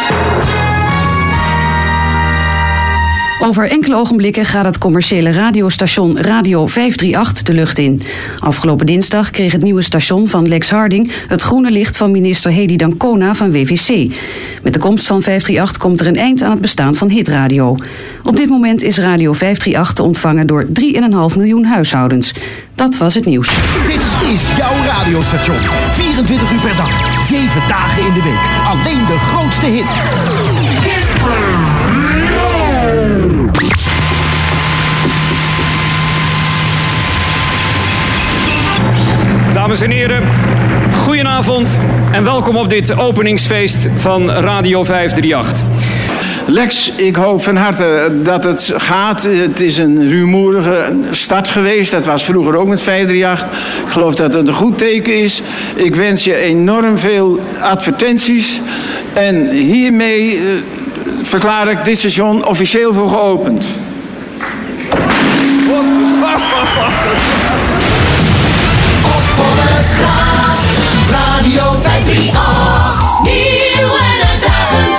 Over enkele ogenblikken gaat het commerciële radiostation Radio 538 de lucht in. Afgelopen dinsdag kreeg het nieuwe station van Lex Harding het groene licht van minister Hedy Dancona van WVC. Met de komst van 538 komt er een eind aan het bestaan van hitradio. Op dit moment is Radio 538 te ontvangen door 3,5 miljoen huishoudens. Dat was het nieuws. Dit is jouw radiostation. 24 uur per dag, 7 dagen in de week. Alleen de grootste hits. Dames en heren, goedenavond en welkom op dit openingsfeest van Radio 538. Lex, ik hoop van harte dat het gaat. Het is een rumoerige start geweest. Dat was vroeger ook met 538. Ik geloof dat het een goed teken is. Ik wens je enorm veel advertenties. En hiermee verklaar ik dit station officieel voor geopend. Radio 538, nieuw en uitdagend.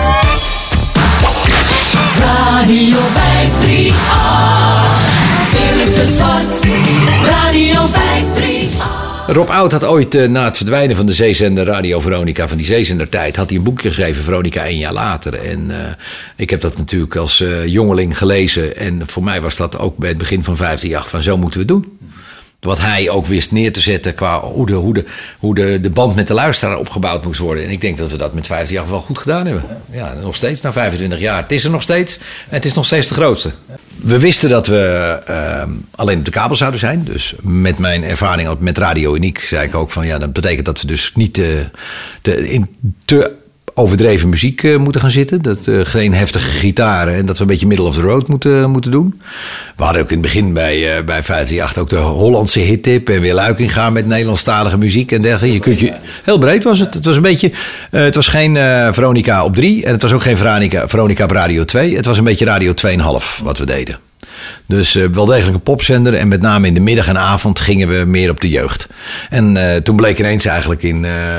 Radio 538, eerlijk de zwart. Radio 538. Rob Oud had ooit na het verdwijnen van de zeezender Radio Veronica, van die zeezendertijd, had hij een boekje geschreven, Veronica 1 jaar later. En ik heb dat natuurlijk als jongeling gelezen. En voor mij was dat ook bij het begin van 538 van zo moeten we het doen. Wat hij ook wist neer te zetten qua hoe de band met de luisteraar opgebouwd moest worden. En ik denk dat we dat met 538 wel goed gedaan hebben. Ja, nog steeds na 25 jaar. Het is er nog steeds en het is nog steeds de grootste. We wisten dat we alleen op de kabel zouden zijn. Dus met mijn ervaring met Radio Uniek zei ik ook van ja, dat betekent dat we dus niet te overdreven muziek moeten gaan zitten. Dat geen heftige gitaren en dat we een beetje middle of the road moeten doen. We hadden ook in het begin bij 538 ook de Hollandse hittip en weer Luikinga met Nederlandstalige muziek en dergelijke. Heel breed was het. Het was een beetje, het was geen Veronica op 3 en het was ook geen Veronica op Radio 2. Het was een beetje Radio 2,5 wat we deden. Dus wel degelijk een popzender en met name in de middag en avond gingen we meer op de jeugd. En toen bleek ineens eigenlijk in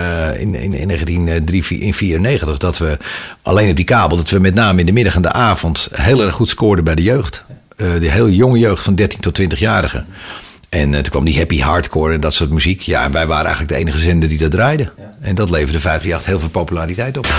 1994 dat we alleen op die kabel, dat we met name in de middag en de avond heel erg goed scoorden bij de jeugd. De heel jonge jeugd van 13 tot 20-jarigen. En toen kwam die happy hardcore en dat soort muziek. Ja, en wij waren eigenlijk de enige zender die dat draaide. Ja. En dat leverde 538 heel veel populariteit op.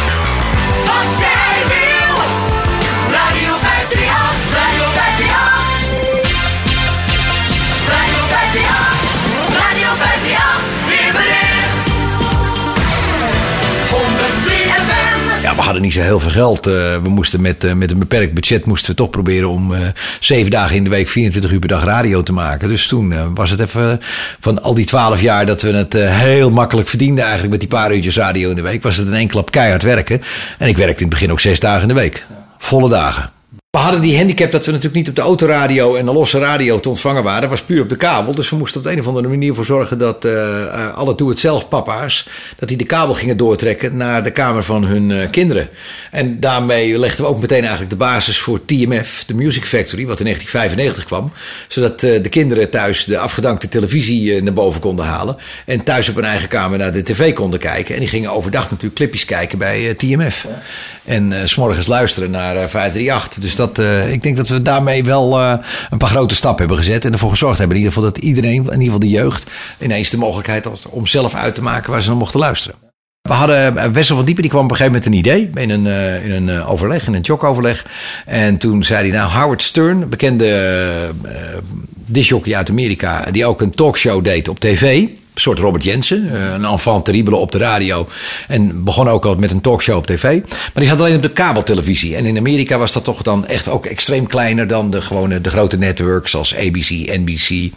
Ja, we hadden niet zo heel veel geld. We moesten met een beperkt budget moesten we toch proberen om 7 dagen in de week, 24 uur per dag radio te maken. Dus toen was het even van al die 12 jaar dat we het heel makkelijk verdienden eigenlijk met die paar uurtjes radio in de week. Was het in één klap keihard werken. En ik werkte in het begin ook 6 dagen in de week. Volle dagen. We hadden die handicap dat we natuurlijk niet op de autoradio en de losse radio te ontvangen waren. Dat was puur op de kabel. Dus we moesten op de een of andere manier voor zorgen dat alle doe-het-zelf papa's, dat die de kabel gingen doortrekken naar de kamer van hun kinderen. En daarmee legden we ook meteen eigenlijk de basis voor TMF, de Music Factory, wat in 1995 kwam. Zodat de kinderen thuis de afgedankte televisie naar boven konden halen. En thuis op hun eigen kamer naar de tv konden kijken. En die gingen overdag natuurlijk clipjes kijken bij TMF. Ja. En 's morgens luisteren naar 538. Dus ik denk dat we daarmee wel een paar grote stappen hebben gezet. En ervoor gezorgd hebben in ieder geval dat iedereen, in ieder geval de jeugd, ineens de mogelijkheid had om zelf uit te maken waar ze dan mochten luisteren. We hadden Wessel van Diepen, die kwam op een gegeven moment een idee in een overleg, in een jokoverleg. En toen zei hij, nou, Howard Stern, bekende discjockey uit Amerika, die ook een talkshow deed op tv. Een soort Robert Jensen, een enfant terrible op de radio. En begon ook al met een talkshow op tv. Maar die zat alleen op de kabeltelevisie. En in Amerika was dat toch dan echt ook extreem kleiner dan de grote networks zoals ABC, NBC.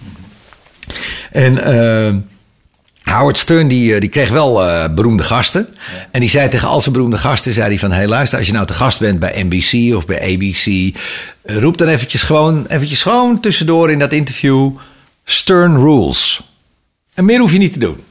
En Howard Stern die kreeg wel beroemde gasten. Ja. En die zei tegen al zijn beroemde gasten, zei hij van, hey, luister, als je nou te gast bent bij NBC of bij ABC, roep dan eventjes gewoon tussendoor in dat interview Stern Rules. En meer hoef je niet te doen.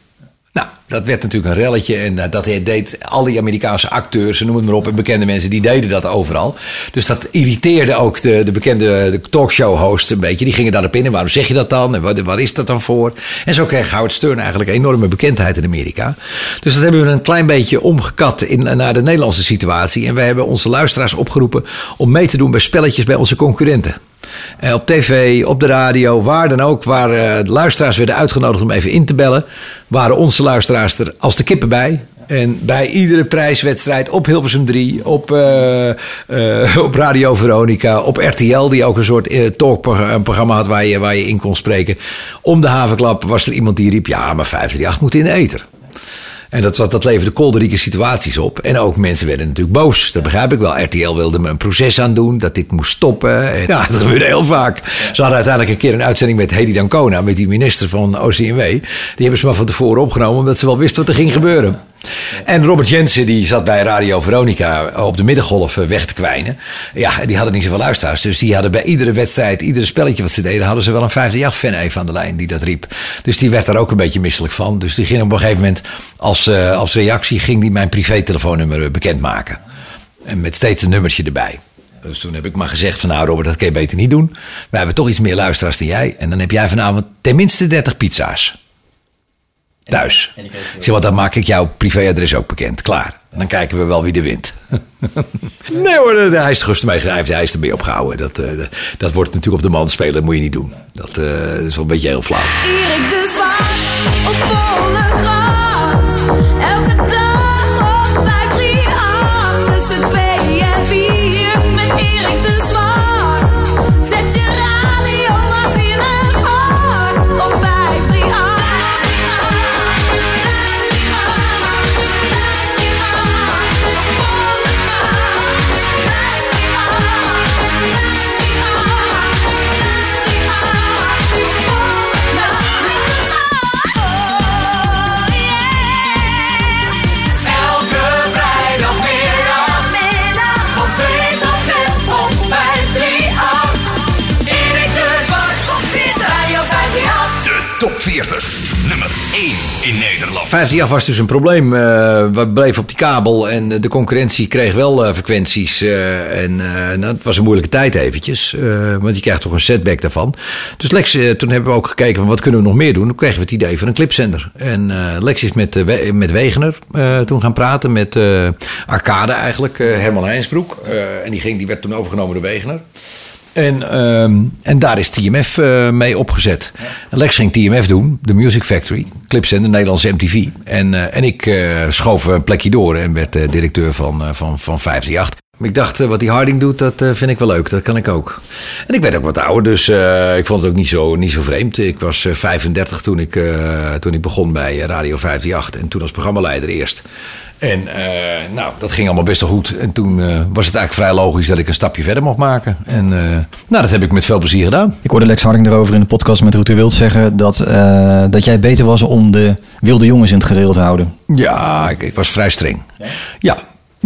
Nou, dat werd natuurlijk een relletje en dat deed al die Amerikaanse acteurs, noem het maar op, en bekende mensen, die deden dat overal. Dus dat irriteerde ook de bekende talkshow-hosts een beetje. Die gingen daarop in en waarom zeg je dat dan en waar is dat dan voor? En zo kreeg Howard Stern eigenlijk enorme bekendheid in Amerika. Dus dat hebben we een klein beetje omgekat naar de Nederlandse situatie. En wij hebben onze luisteraars opgeroepen om mee te doen bij spelletjes bij onze concurrenten. Op tv, op de radio, waar dan ook, waar luisteraars werden uitgenodigd om even in te bellen, waren onze luisteraars er als de kippen bij. En bij iedere prijswedstrijd op Hilversum 3, op Radio Veronica, op RTL, die ook een soort talkprogramma had waar je in kon spreken. Om de havenklap was er iemand die riep, ja, maar 538 moet in de ether. En dat leverde kolderieke situaties op. En ook mensen werden natuurlijk boos. Dat begrijp ik wel. RTL wilde me een proces aandoen. Dat dit moest stoppen. En ja, dat gebeurde heel vaak. Ze hadden uiteindelijk een keer een uitzending met Hedy Dancona. Met die minister van OCMW. Die hebben ze maar van tevoren opgenomen. Omdat ze wel wisten wat er ging gebeuren. En Robert Jensen die zat bij Radio Veronica op de middengolf weg te kwijnen. Ja, die hadden niet zoveel luisteraars. Dus die hadden bij iedere wedstrijd, iedere spelletje wat ze deden, hadden ze wel een 538-fan even aan de lijn die dat riep. Dus die werd daar ook een beetje misselijk van. Dus die ging op een gegeven moment als reactie ging die mijn privé-telefoonnummer bekendmaken. En met steeds een nummertje erbij. Dus toen heb ik maar gezegd van nou Robert, dat kan je beter niet doen. We hebben toch iets meer luisteraars dan jij. En dan heb jij vanavond tenminste 30 pizza's. Thuis. Ik zeg, want dan maak ik jouw privéadres ook bekend. Klaar. Dan kijken we wel wie er wint. Nee hoor, hij is er rustig mee grijpt. Hij is ermee opgehouden. Dat wordt natuurlijk op de man spelen. Dat moet je niet doen. Dat is wel een beetje heel flauw. Erik de Zwart op volle kracht. Elke dag op 538. Tussen 2 en 4 met Erik de Zwart. Zet je radio waanzinnig hard op 538. Top 40, nummer 1 in Nederland. 538 was dus een probleem. We bleven op die kabel en de concurrentie kreeg wel frequenties. Het was een moeilijke tijd eventjes. Want je krijgt toch een setback daarvan. Dus Lex, toen hebben we ook gekeken van wat kunnen we nog meer doen. Toen kregen we het idee van een clipzender. En Lex is met Wegener toen gaan praten. Met Arcade eigenlijk, Herman Heinsbroek. En die werd toen overgenomen door Wegener. En daar is TMF mee opgezet. En Lex ging TMF doen, de Music Factory, clipzender, Nederlandse MTV. En ik schoof een plekje door en werd directeur van 538. Ik dacht, wat die Harding doet, dat vind ik wel leuk. Dat kan ik ook. En ik werd ook wat ouder, dus ik vond het ook niet zo vreemd. Ik was 35 toen ik begon bij Radio 538 en toen als programmaleider eerst. En dat ging allemaal best wel goed. En toen was het eigenlijk vrij logisch dat ik een stapje verder mocht maken. En dat heb ik met veel plezier gedaan. Ik hoorde Lex Harding erover in de podcast met Ruud de Wild zeggen dat jij beter was om de wilde jongens in het gereel te houden. Ja, ik was vrij streng. Ja.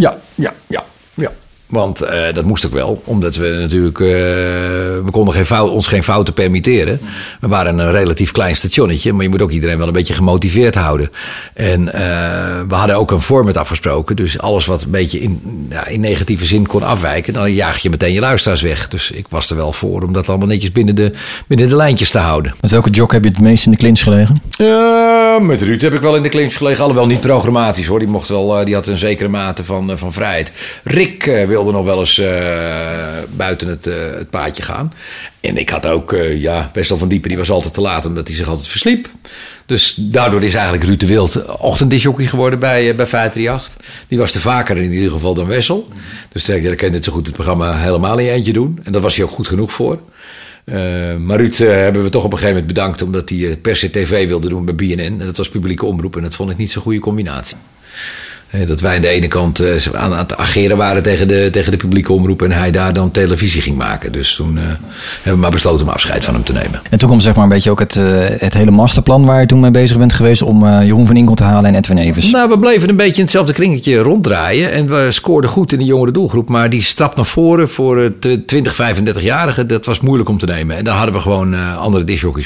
Want dat moest ook wel, omdat we natuurlijk, we konden ons geen fouten permitteren. We waren een relatief klein stationnetje, maar je moet ook iedereen wel een beetje gemotiveerd houden. En we hadden ook een format afgesproken, dus alles wat een beetje in negatieve zin kon afwijken, dan jaag je meteen je luisteraars weg. Dus ik was er wel voor om dat allemaal netjes binnen de lijntjes te houden. Met welke jock heb je het meest in de clinch gelegen? Met Ruud heb ik wel in de clinch gelegen, alhoewel niet programmatisch hoor. Die had een zekere mate van vrijheid. Rick wilde nog wel eens buiten het paadje gaan. En ik had ook, Wessel van Diepen, die was altijd te laat omdat hij zich altijd versliep. Dus daardoor is eigenlijk Ruud de Wild ochtenddisjockey geworden bij 538. Die was te vaker in ieder geval dan Wessel. Dus daar kan je net zo goed het programma helemaal in je eentje doen. En daar was hij ook goed genoeg voor. Maar Ruud hebben we toch op een gegeven moment bedankt omdat hij per se tv wilde doen bij BNN. En dat was publieke omroep en dat vond ik niet zo'n goede combinatie. Dat wij aan de ene kant aan het ageren waren tegen de publieke omroep en hij daar dan televisie ging maken. Dus toen hebben we maar besloten om afscheid van hem te nemen. En toen komt zeg maar een beetje ook het hele masterplan waar je toen mee bezig bent geweest om Jeroen van Inkel te halen en Edwin Evers. Nou, we bleven een beetje in hetzelfde kringetje ronddraaien en we scoorden goed in de jongere doelgroep. Maar die stap naar voren voor 20, 35-jarigen, dat was moeilijk om te nemen. En daar hadden we gewoon andere discjockeys voor nodig.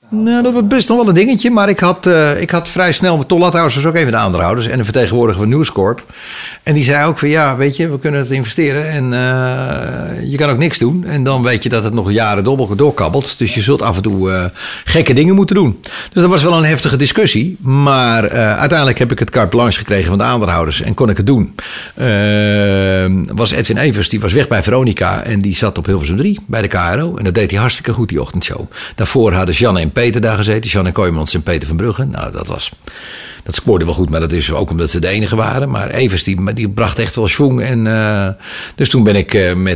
Nou, dat wordt best nog wel een dingetje. Maar ik had vrij snel... Ton Lathuis was ook even de aandeelhouders. En een vertegenwoordiger van News Corp. En die zei ook van ja, weet je, we kunnen het investeren. En je kan ook niks doen. En dan weet je dat het nog jaren doorkabbelt. Dus je zult af en toe gekke dingen moeten doen. Dus dat was wel een heftige discussie. Maar uiteindelijk heb ik het carte blanche gekregen van de aandeelhouders. En kon ik het doen. Was Edwin Evers, die was weg bij Veronica. En die zat op Hilversum 3 bij de KRO. En dat deed hij hartstikke goed, die ochtendshow. Daarvoor hadden Jeanne en Peter daar gezeten. Jeanne Kooijmans en Peter van Brugge. Nou, dat scoorde wel goed, maar dat is ook omdat ze de enige waren. Maar Evers, die bracht echt wel schwung. En, dus toen ben ik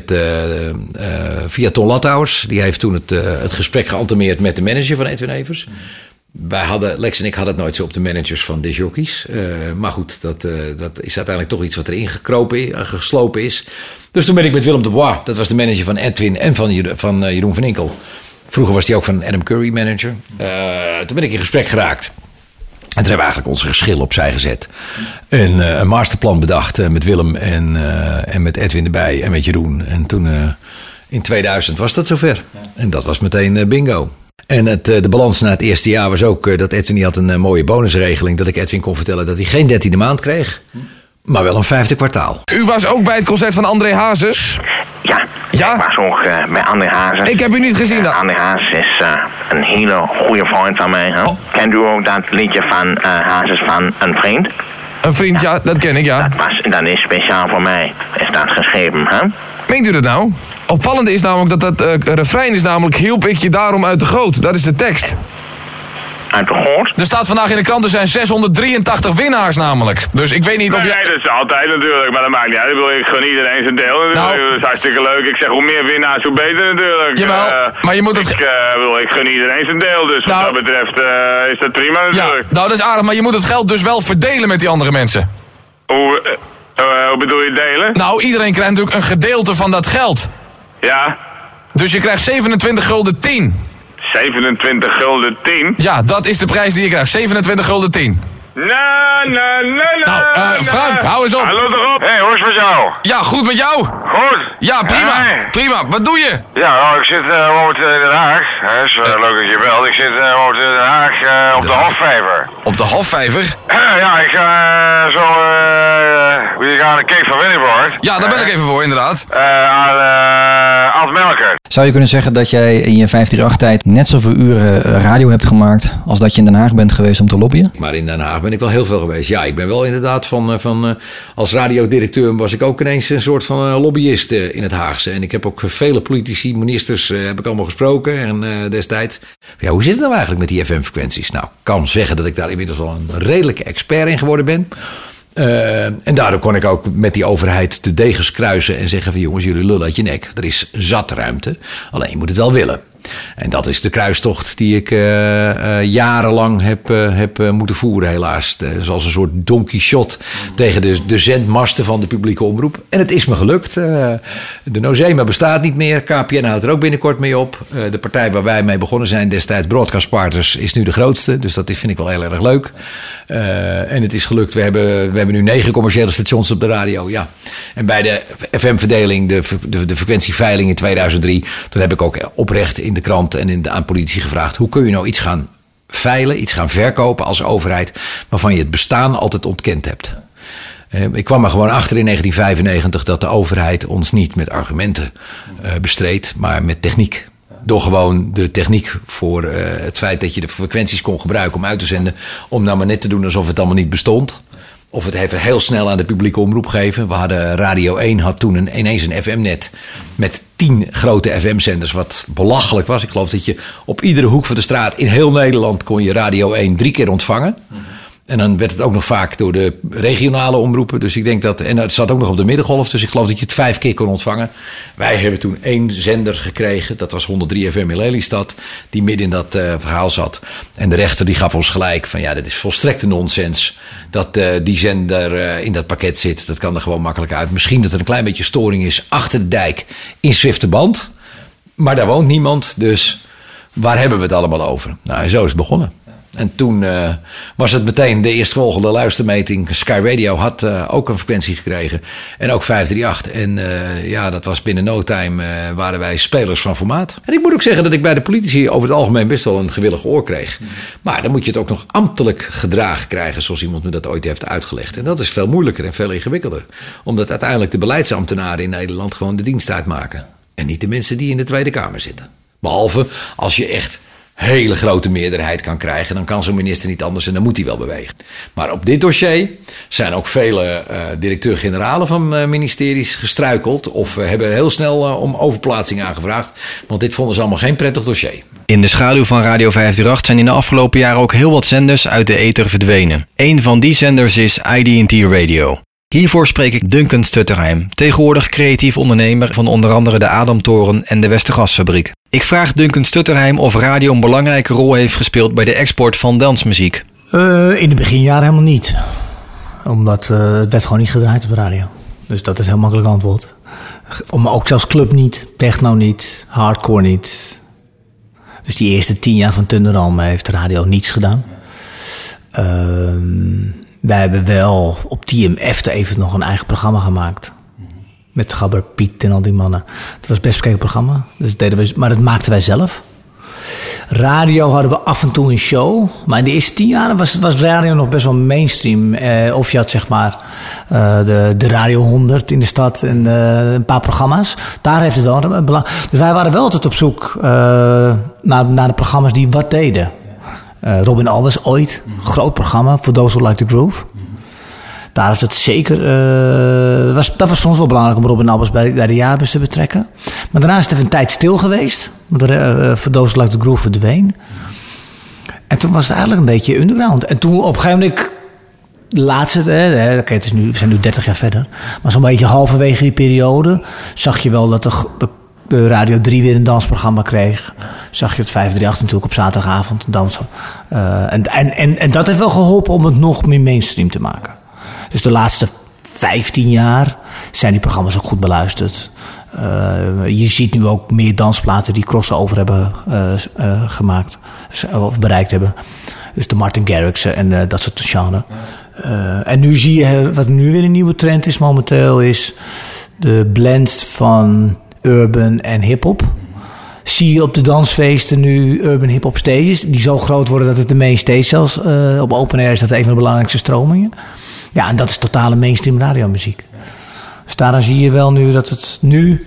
via Ton Lathuis. Die heeft toen het gesprek geantemeerd met de manager van Edwin Evers. Lex en ik hadden het nooit zo op de managers van discjockeys. Maar goed, dat is uiteindelijk toch iets wat erin geslopen is. Dus toen ben ik met Willem de Bois, dat was de manager van Edwin en van Jeroen van Inkel. Vroeger was hij ook van Adam Curry manager. Toen ben ik in gesprek geraakt. En toen hebben we eigenlijk onze geschil opzij gezet. En een masterplan bedacht met Willem en met Edwin erbij en met Jeroen. En toen in 2000 was dat zover. En dat was meteen bingo. En de balans na het eerste jaar was ook dat Edwin die had een mooie bonusregeling. Dat ik Edwin kon vertellen dat hij geen 13e maand kreeg. Maar wel een 5e kwartaal. U was ook bij het concert van André Hazes? Ja, ik was ook bij André Hazes. Ik heb u niet gezien. André Hazes is een hele goede vriend van mij. Hè? Kent u ook dat liedje van Hazes van Een Vriend? Een vriend, ja, dat ken ik, ja. Dat is speciaal voor mij, is dat geschreven, hè? Meent u dat nou? Opvallend is namelijk dat refrein is namelijk hielp ik je daarom uit de goot. Dat is de tekst. Uit de goot? Er staat vandaag in de krant, er zijn 683 winnaars namelijk. Dus ik weet niet of je... Nee, dat is altijd natuurlijk, maar dat maakt niet uit. Ik wil gewoon iedereen zijn deel. Nou, dat is hartstikke leuk. Ik zeg, hoe meer winnaars, hoe beter natuurlijk. Jawel, maar je moet het... Ik gun iedereen zijn deel, dus wat dat betreft is dat prima natuurlijk. Ja, nou dat is aardig, maar je moet het geld dus wel verdelen met die andere mensen. Hoe bedoel je delen? Nou, iedereen krijgt natuurlijk een gedeelte van dat geld. Ja. Dus je krijgt 27 gulden 10. 27 gulden 10? Ja, dat is de prijs die je krijgt. 27 gulden 10. Frank, hou eens op. Hallo toch op. Hé, hoe is het met jou? Ja, goed met jou? Goed. Ja, prima. Hey. Prima. Wat doe je? Ja, nou, ik zit momenteel in Den Haag. Het is leuk dat je belt. Ik zit momenteel in Den Haag op de Hofvijver. Op de Hofvijver? Ja, ik ga zo... je gaat een cake van Willybord. Ja, daar ben ik even voor, inderdaad. Aan Ad Melker. Zou je kunnen zeggen dat jij in je 538-tijd net zoveel uren radio hebt gemaakt als dat je in Den Haag bent geweest om te lobbyen? Maar in Den Haag ben ik wel heel veel geweest. Ja, ik ben wel inderdaad als radiodirecteur was ik ook ineens een soort van lobbyist in het Haagse. En ik heb ook vele politici, ministers, heb ik allemaal gesproken en destijds. Ja, hoe zit het nou eigenlijk met die FM-frequenties? Nou, ik kan zeggen dat ik daar inmiddels wel een redelijke expert in geworden ben. En daardoor kon ik ook met die overheid de degens kruisen en zeggen van jongens, jullie lullen uit je nek. Er is zat ruimte, alleen je moet het wel willen. En dat is de kruistocht die ik jarenlang heb moeten voeren helaas. Zoals een soort Don Quixote tegen de zendmasten van de publieke omroep. En het is me gelukt. De Nozema bestaat niet meer. KPN houdt er ook binnenkort mee op. De partij waar wij mee begonnen zijn destijds, Broadcast Partners, is nu de grootste. Dus dat vind ik wel heel erg leuk. En het is gelukt. We hebben nu 9 commerciële stations op de radio. Ja. En bij de FM-verdeling, de frequentieveiling in 2003... toen heb ik ook oprecht in de krant en aan politici gevraagd: hoe kun je nou iets gaan veilen, iets gaan verkopen als overheid waarvan je het bestaan altijd ontkend hebt? Ik kwam er gewoon achter in 1995 dat de overheid ons niet met argumenten bestreed, maar met techniek. Door gewoon de techniek voor het feit dat je de frequenties kon gebruiken om uit te zenden, om nou maar net te doen alsof het allemaal niet bestond. Of het even heel snel aan de publieke omroep geven. We hadden Radio 1 had toen ineens een FM-net met 10 grote FM-zenders, wat belachelijk was. Ik geloof dat je op iedere hoek van de straat in heel Nederland kon je Radio 1 3 keer ontvangen. En dan werd het ook nog vaak door de regionale omroepen. Dus ik denk en het zat ook nog op de middengolf. Dus ik geloof dat je het 5 keer kon ontvangen. Wij hebben toen 1 zender gekregen. Dat was 103 FM in Lelystad. Die midden in dat verhaal zat. En de rechter die gaf ons gelijk van ja, dat is volstrekte nonsens. Dat die zender in dat pakket zit. Dat kan er gewoon makkelijk uit. Misschien dat er een klein beetje storing is achter de dijk in Zwifterband. Maar daar woont niemand. Dus waar hebben we het allemaal over? Nou, en zo is het begonnen. En toen was het meteen de eerstvolgende luistermeting. Sky Radio had ook een frequentie gekregen. En ook 538. En dat was binnen no time waren wij spelers van formaat. En ik moet ook zeggen dat ik bij de politici over het algemeen best wel een gewillig oor kreeg. Maar dan moet je het ook nog ambtelijk gedragen krijgen, zoals iemand me dat ooit heeft uitgelegd. En dat is veel moeilijker en veel ingewikkelder. Omdat uiteindelijk de beleidsambtenaren in Nederland gewoon de dienst uitmaken. En niet de mensen die in de Tweede Kamer zitten. Behalve als je echt hele grote meerderheid kan krijgen, dan kan zo'n minister niet anders en dan moet hij wel bewegen. Maar op dit dossier zijn ook vele directeur-generalen van ministeries gestruikeld of hebben heel snel om overplaatsing aangevraagd, want dit vonden ze allemaal geen prettig dossier. In de schaduw van Radio 538 zijn in de afgelopen jaren ook heel wat zenders uit de ether verdwenen. Een van die zenders is ID&T Radio. Hiervoor spreek ik Duncan Stutterheim, tegenwoordig creatief ondernemer van onder andere de Adamtoren en de Westergasfabriek. Ik vraag Duncan Stutterheim of radio een belangrijke rol heeft gespeeld bij de export van dansmuziek. In de beginjaren helemaal niet. Omdat het werd gewoon niet gedraaid op de radio. Dus dat is een heel makkelijk antwoord. Maar ook zelfs club niet, techno niet, hardcore niet. Dus die eerste 10 jaar van Thunderdome heeft de radio niets gedaan. Wij hebben wel op TMF even nog een eigen programma gemaakt. Met Gabber Piet en al die mannen. Dat was best bekeken programma. Dus deden we, maar dat maakten wij zelf. Radio hadden we af en toe een show. Maar in de eerste 10 jaar was radio nog best wel mainstream. Of je had zeg maar de Radio 100 in de stad en een paar programma's. Daar heeft het wel een belang. Dus wij waren wel altijd op zoek naar de programma's die wat deden. Robin Albers ooit. Groot programma voor Those Who Like the Groove. Daar is het zeker. Dat was soms wel belangrijk om Robin Albers bij de jaarbus te betrekken. Maar daarna is het even een tijd stil geweest. Want For Those Who Like the Groove verdween. En toen was het eigenlijk een beetje underground. En toen op een gegeven moment. De laatste. Oké, we zijn nu 30 jaar verder. Maar zo'n beetje halverwege die periode. Zag je wel dat de Radio 3 weer een dansprogramma kreeg. Zag je het 538 natuurlijk op zaterdagavond dansen. En dat heeft wel geholpen om het nog meer mainstream te maken. Dus de laatste 15 jaar zijn die programma's ook goed beluisterd. Je ziet nu ook meer dansplaten die crossover hebben gemaakt. Of bereikt hebben. Dus de Martin Garrixen en dat soort genre. En nu zie je, wat nu weer een nieuwe trend is momenteel, is de blend van urban en hiphop. Zie je op de dansfeesten nu urban hip-hop stages, die zo groot worden dat het de main stage zelfs op open air is dat een van de belangrijkste stromingen. Ja, en dat is totale mainstream radiomuziek. Dus daarom zie je wel nu dat het nu.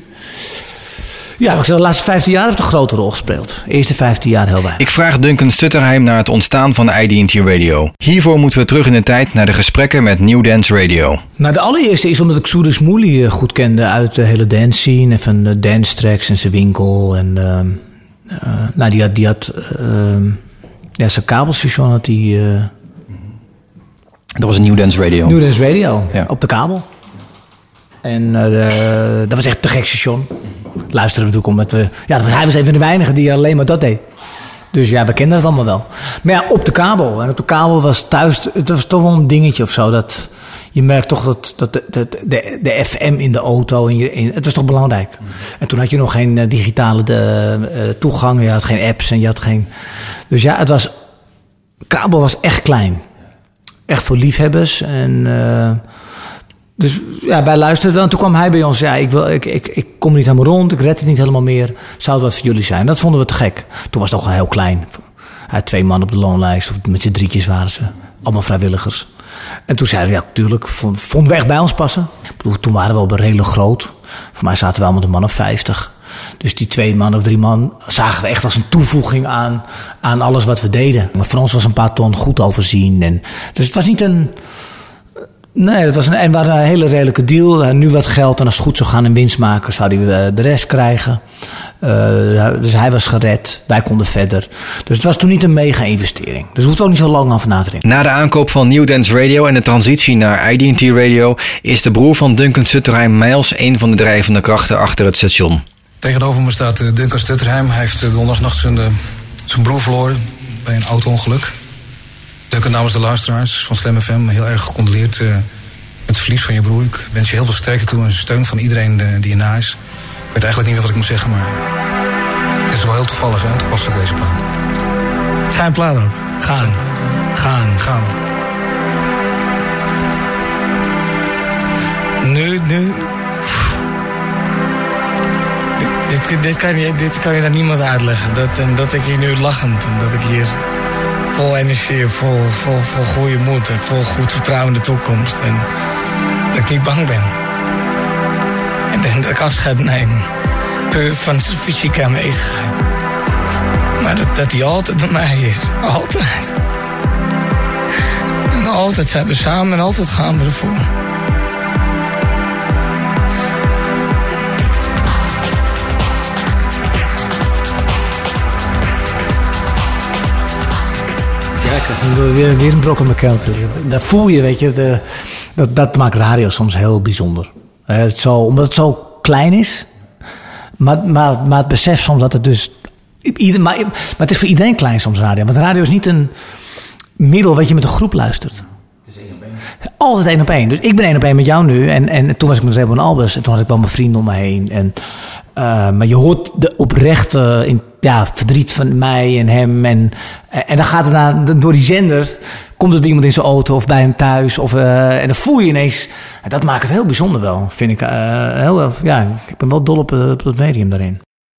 Ja, de laatste 15 jaar heeft een grote rol gespeeld. De eerste 15 jaar heel weinig. Ik vraag Duncan Stutterheim naar het ontstaan van ID&T Radio. Hiervoor moeten we terug in de tijd naar de gesprekken met New Dance Radio. Nou, de allereerste is omdat ik Soeder Smoelie goed kende uit de hele dance scene. En van de dance tracks en zijn winkel. En die had zijn kabelstation had die. Dat was een New Dance Radio. New Dance Radio, ja. Op de kabel. En dat was echt te gek station. Luisteren we natuurlijk omdat hij was een van de weinigen die alleen maar dat deed. Dus ja, we kenden het allemaal wel. Maar ja, op de kabel. En op de kabel was thuis, het was toch wel een dingetje of zo. Dat je merkt toch dat de FM in de auto, het was toch belangrijk. En toen had je nog geen digitale toegang. Je had geen apps en je had geen. Dus ja, kabel was echt klein. Echt voor liefhebbers. En dus ja, wij luisterden wel. En toen kwam hij bij ons. Ja, ik kom niet helemaal rond. Ik red het niet helemaal meer. Zou het wat voor jullie zijn? Dat vonden we te gek. Toen was het ook al heel klein. Hij had 2 man op de loonlijst. Of met z'n 3'tjes waren ze. Allemaal vrijwilligers. En toen zeiden we, ja, tuurlijk. Vonden we echt bij ons passen. Ik bedoel, toen waren we al redelijk groot. Voor mij zaten we wel met een man of 50. Dus die 2 man of 3 man zagen we echt als een toevoeging aan alles wat we deden. Maar voor ons was een paar ton goed overzien. Dus het was niet een. Nee, dat was een hele redelijke deal. Nu wat geld en als het goed zou gaan en winst maken, zou hij de rest krijgen. Dus hij was gered. Wij konden verder. Dus het was toen niet een mega-investering. Dus we hoefden ook niet zo lang over na te denken. Na de aankoop van New Dance Radio en de transitie naar ID&T Radio is de broer van Duncan Stutterheim, Miles, een van de drijvende krachten achter het station. Tegenover me staat Duncan Stutterheim. Hij heeft donderdagnacht zijn broer verloren bij een auto-ongeluk. Duncan, namens de luisteraars van Slam FM, heel erg gecondoleerd met het verlies van je broer. Ik wens je heel veel sterkte toe en steun van iedereen die je na is. Ik weet eigenlijk niet meer wat ik moet zeggen, maar het is wel heel toevallig en toepasselijk deze plaat. Zijn plaat ook. Gaan. Nu. Dit kan je aan niemand uitleggen. Dat ik hier nu lachend en dat ik hier vol energie, vol goede moed heb, vol goed vertrouwen in de toekomst. En dat ik niet bang ben. En dat ik afscheid neem puur van fysieke aanwezigheid. Maar dat die altijd bij mij is. Altijd. En altijd zijn we samen en altijd gaan we ervoor. Ja, ik heb weer een brok in mijn keel. Dat voel je, weet je. Dat maakt radio soms heel bijzonder. Omdat het zo klein is. Maar het besef soms dat het dus... Maar het is voor iedereen klein soms radio. Want radio is niet een middel wat je met een groep luistert. Het is 1 op 1. Altijd 1 op 1. Dus ik ben 1 op 1 met jou nu. En toen was ik met Rebel Albers. En toen had ik wel mijn vrienden om me heen. Maar je hoort de oprechte verdriet van mij en hem. En dan gaat het door die zender. Komt het bij iemand in zijn auto of bij hem thuis. En dan voel je ineens... En dat maakt het heel bijzonder wel, vind ik. Ik ben wel dol op het medium daarin.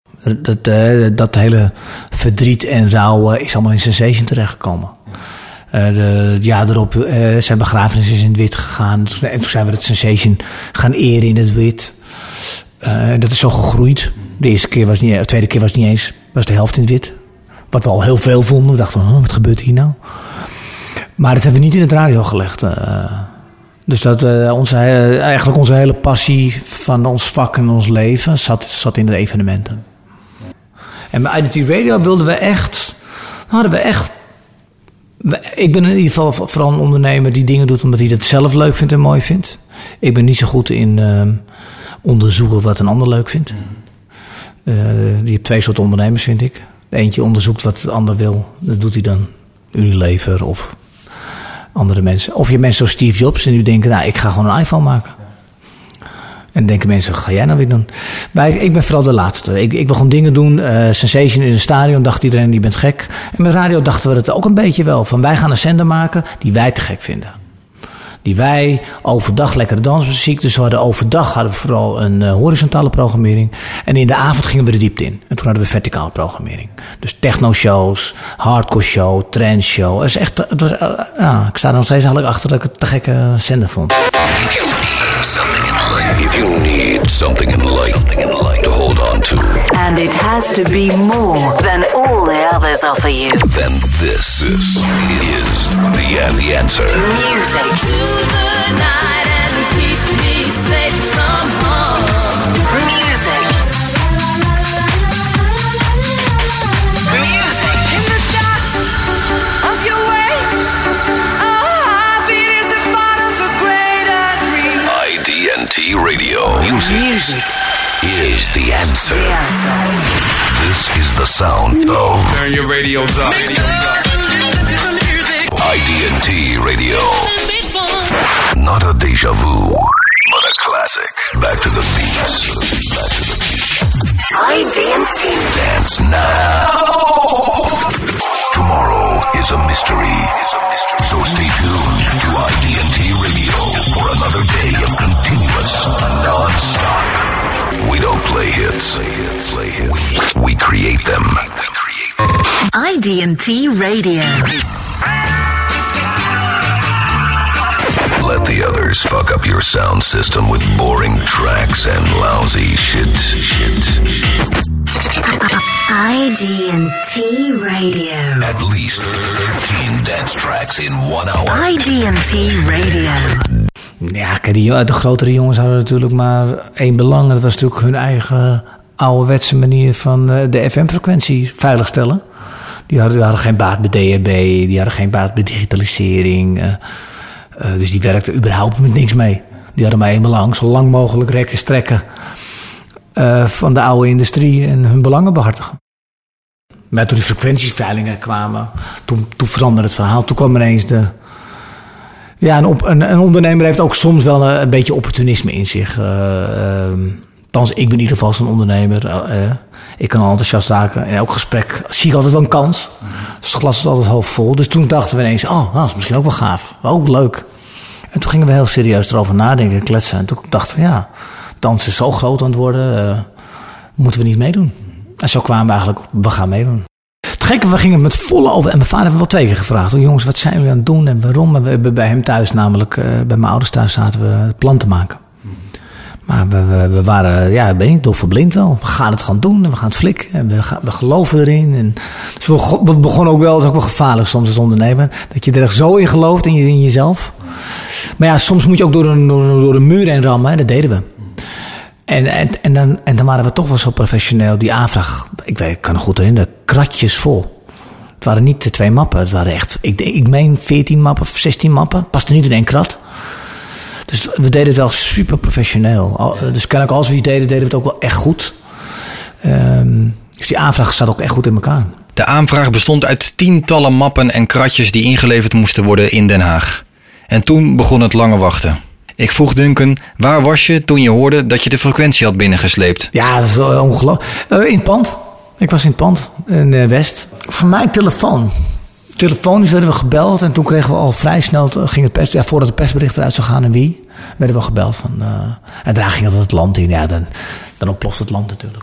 Dat hele verdriet en rouw is allemaal in Sensation terechtgekomen. Het jaar erop zijn begrafenis is in het wit gegaan. En toen zijn we het Sensation gaan eren in het wit. Dat is zo gegroeid. De eerste keer was niet, de tweede keer was niet eens. Was de helft in het wit. Wat we al heel veel vonden. We dachten van, wat gebeurt hier nou? Maar dat hebben we niet in het radio gelegd. Dus dat eigenlijk onze hele passie van ons vak en ons leven zat in de evenementen. En bij Identity Radio hadden we echt... Ik ben in ieder geval vooral een ondernemer die dingen doet omdat hij dat zelf leuk vindt en mooi vindt. Ik ben niet zo goed in onderzoeken wat een ander leuk vindt. Je hebt 2 soorten ondernemers, vind ik. Eentje onderzoekt wat de ander wil. Dat doet hij dan. Unilever of andere mensen. Of je hebt mensen zoals Steve Jobs en die denken, ik ga gewoon een iPhone maken. En dan denken mensen, wat ga jij nou weer doen? Maar ik ben vooral de laatste. Ik wil gewoon dingen doen. Sensation in een stadion, dacht iedereen, die bent gek. En met radio dachten we het ook een beetje wel. Van wij gaan een zender maken die wij te gek vinden. Die wij overdag lekkere dansmuziek. Dus overdag hadden we vooral een horizontale programmering. En in de avond gingen we de diepte in. En toen hadden we verticale programmering. Dus techno-shows, hardcore show, trance show. Het is echt, ik sta er nog steeds eigenlijk achter dat ik het te gekke zender vond. If you need something in life to hold on to, and it has to be more than all the others offer you, then this is the answer. Music. To the night and keep me safe from harm. Music. Music. In the dust of your way, a heartbeat is a part of a greater dream. IDNT Radio. Music is the answer. This is the sound of... Turn your radios up. IDNT Radio. Not a deja vu, but a classic. Back to the beats. IDNT. Dance now. Tomorrow is a mystery. So stay tuned to IDNT Radio for another day of continuous, non-stop. We don't play hits. We create them. IDNT Radio. Let the others fuck up your sound system with boring tracks and lousy shit. IDNT Radio. At least 13 dance tracks in 1 hour. IDNT Radio. Ja, kijk, de grotere jongens hadden natuurlijk maar 1 belang. Dat was natuurlijk hun eigen ouderwetse manier van de FM-frequentie veiligstellen. Die hadden geen baat bij DHB, die hadden geen baat bij digitalisering. Dus die werkten überhaupt met niks mee. Die hadden maar 1 belang, zo lang mogelijk rekken strekken van de oude industrie en hun belangen behartigen. Maar toen die frequentieveilingen kwamen, toen veranderde het verhaal. Toen kwam ineens een ondernemer heeft ook soms wel een beetje opportunisme in zich. Althans, ik ben in ieder geval zo'n ondernemer. Ik kan al enthousiast raken. In elk gesprek zie ik altijd wel een kans. Dus het glas is altijd half vol. Dus toen dachten we ineens, dat is misschien ook wel gaaf. Ook leuk. En toen gingen we heel serieus erover nadenken, kletsen. En toen dachten we, dans is zo groot aan het worden. Moeten we niet meedoen? En zo kwamen we eigenlijk op, we gaan meedoen. Het gekke, we gingen met volle over. En mijn vader heeft wel 2 keer gevraagd. Jongens, wat zijn jullie aan het doen en waarom? En we hebben bij hem thuis namelijk, bij mijn ouders thuis zaten we het plan te maken. Maar we waren, ben ik toch verblind wel. We gaan het gewoon doen en we gaan het flikken. En we geloven erin. En dus we begonnen ook wel, het is ook wel gevaarlijk soms als ondernemer. Dat je er echt zo in gelooft in jezelf. Maar ja, soms moet je ook door een muur heen rammen. Hè. Dat deden we. En dan waren we toch wel zo professioneel. Die aanvraag, ik kan er goed herinneren, kratjes vol. Het waren niet 2 mappen. Het waren echt, ik meen 14 mappen of 16 mappen. Paste niet in 1 krat. Dus we deden het wel super professioneel. Dus kennelijk als we iets deden we het ook wel echt goed. Dus die aanvraag zat ook echt goed in elkaar. De aanvraag bestond uit tientallen mappen en kratjes die ingeleverd moesten worden in Den Haag. En toen begon het lange wachten. Ik vroeg Duncan, waar was je toen je hoorde dat je de frequentie had binnengesleept? Ja, dat is ongelooflijk. In het pand. Ik was in het pand, in West. Voor mij telefoon. Telefonisch werden we gebeld en toen kregen we al vrij snel, voordat de persbericht eruit zou gaan en wie, werden we gebeld. En daar ging het land in. Ja, dan ontploft het land natuurlijk.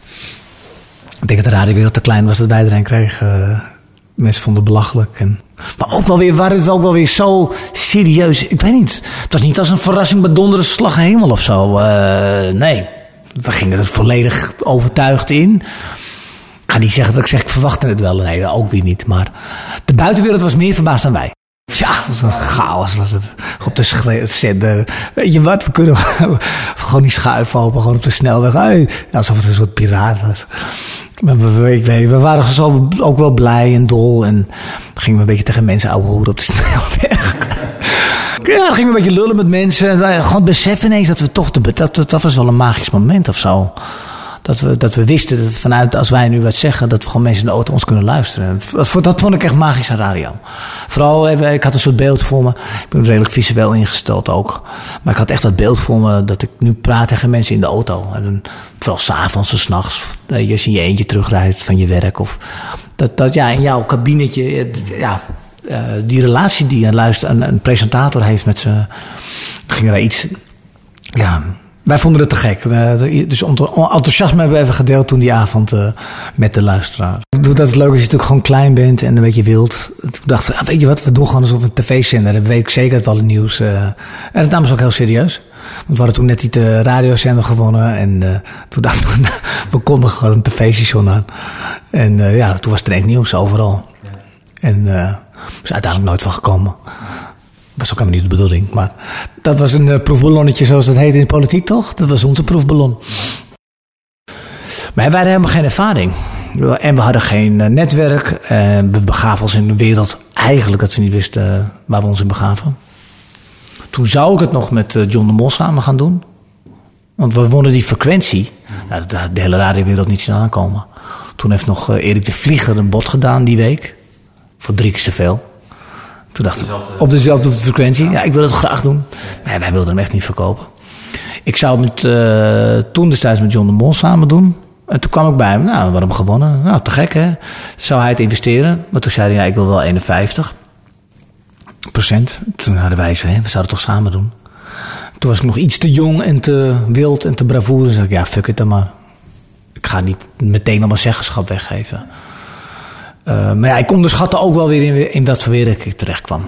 Ik denk dat de radiowereld te klein was dat wij erin kregen. Mensen vonden het belachelijk. Maar ook wel weer, waren het ook wel weer zo serieus. Ik weet niet. Het was niet als een verrassing bij donderen slag hemel of zo. Nee. We gingen er volledig overtuigd in. Ik ga niet zeggen dat ik zeg, ik verwachtte het wel. Nee, ook weer niet. Maar de buitenwereld was meer verbaasd dan wij. Ja, dat was een chaos was het. Op de zender. Weet je wat, we kunnen gewoon niet schuiven open. Gewoon op de snelweg. Alsof het een soort piraat was. Maar we waren zo ook wel blij en dol. En dan gingen we een beetje tegen mensen ouwe hoeren op de snelweg. Ja, dan gingen we een beetje lullen met mensen. Gewoon beseffen ineens dat we toch... Dat was wel een magisch moment of zo. Dat we wisten dat vanuit, als wij nu wat zeggen, dat we gewoon mensen in de auto ons kunnen luisteren. Dat vond ik echt magisch aan radio. Vooral, ik had een soort beeld voor me. Ik ben redelijk visueel ingesteld ook. Maar ik had echt dat beeld voor me dat ik nu praat tegen mensen in de auto. En vooral 's avonds of 's nachts. Als je in je eentje terugrijdt van je werk. Of dat in jouw kabinetje, die relatie die een presentator heeft met ze. Ging er iets... Ja, wij vonden het te gek. Dus enthousiasme hebben we even gedeeld toen die avond met de luisteraar. Dat is leuk als je natuurlijk gewoon klein bent en een beetje wild. Toen dachten we, weet je wat, we doen gewoon alsof een tv-zender. Dan weet ik zeker dat we al het nieuws... en dat namen ze ook heel serieus. Want we hadden toen net die radiozender gewonnen. En toen dachten we konden gewoon een tv-station aan. En toen was het ineens nieuws overal. En is uiteindelijk nooit van gekomen. Dat was ook helemaal niet de bedoeling. Maar dat was een proefballonnetje, zoals dat heet in de politiek, toch? Dat was onze proefballon. Maar wij hadden helemaal geen ervaring. En we hadden geen netwerk. We begaven ons in een wereld eigenlijk dat ze niet wisten waar we ons in begaven. Toen zou ik het nog met John de Mol samen gaan doen. Want we wonnen die frequentie. Nou, de hele radiowereld niet zien aankomen. Toen heeft nog Erik de Vlieger een bod gedaan die week. Voor 3 keer zoveel. Toen dacht ik, op dezelfde frequentie. Ja, ik wil het graag doen. Maar wij wilden hem echt niet verkopen. Ik zou het toen destijds met John de Mol samen doen. En toen kwam ik bij hem. Nou, we hadden hem gewonnen. Nou, te gek hè. Zou hij het investeren? Maar toen zei hij, ik wil wel 51%. Toen hadden wij zo, we zouden het toch samen doen. Toen was ik nog iets te jong en te wild en te bravoer. En zei ik, fuck it dan maar. Ik ga niet meteen al mijn zeggenschap weggeven. Maar ik onderschatte ook wel weer in wat voor werk ik terecht kwam.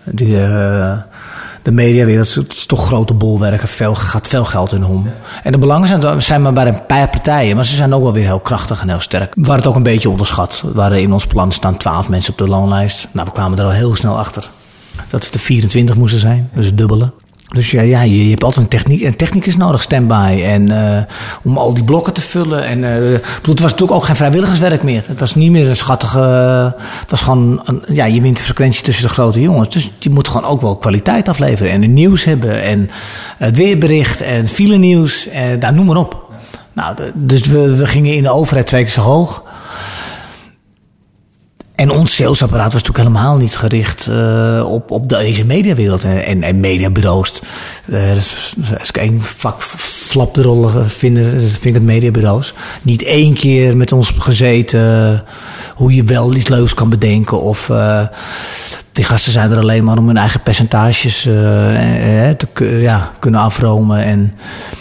De mediawereld, het is toch grote bolwerken, gaat veel geld in om. En de belangen zijn maar bij een paar partijen, maar ze zijn ook wel weer heel krachtig en heel sterk. We waren het ook een beetje onderschat. We waren in ons plan staan 12 mensen op de loonlijst. Nou, we kwamen er al heel snel achter dat het er 24 moesten zijn, dus het dubbele. Dus je hebt altijd een technicus nodig, standby. En om al die blokken te vullen. En het was natuurlijk ook geen vrijwilligerswerk meer. Het was niet meer een schattige... Het was gewoon... je wint de frequentie tussen de grote jongens. Dus je moet gewoon ook wel kwaliteit afleveren. En een nieuws hebben. En het weerbericht. En file nieuws. En noem maar op. Nou, dus we gingen in de overheid 2 keer zo hoog. En ons salesapparaat was natuurlijk helemaal niet gericht op deze mediawereld en mediabureaus. Als ik één vak flapdrollen vind ik het mediabureaus. Niet één keer met ons gezeten hoe je wel iets leuks kan bedenken. Of die gasten zijn er alleen maar om hun eigen percentages te kunnen afromen. En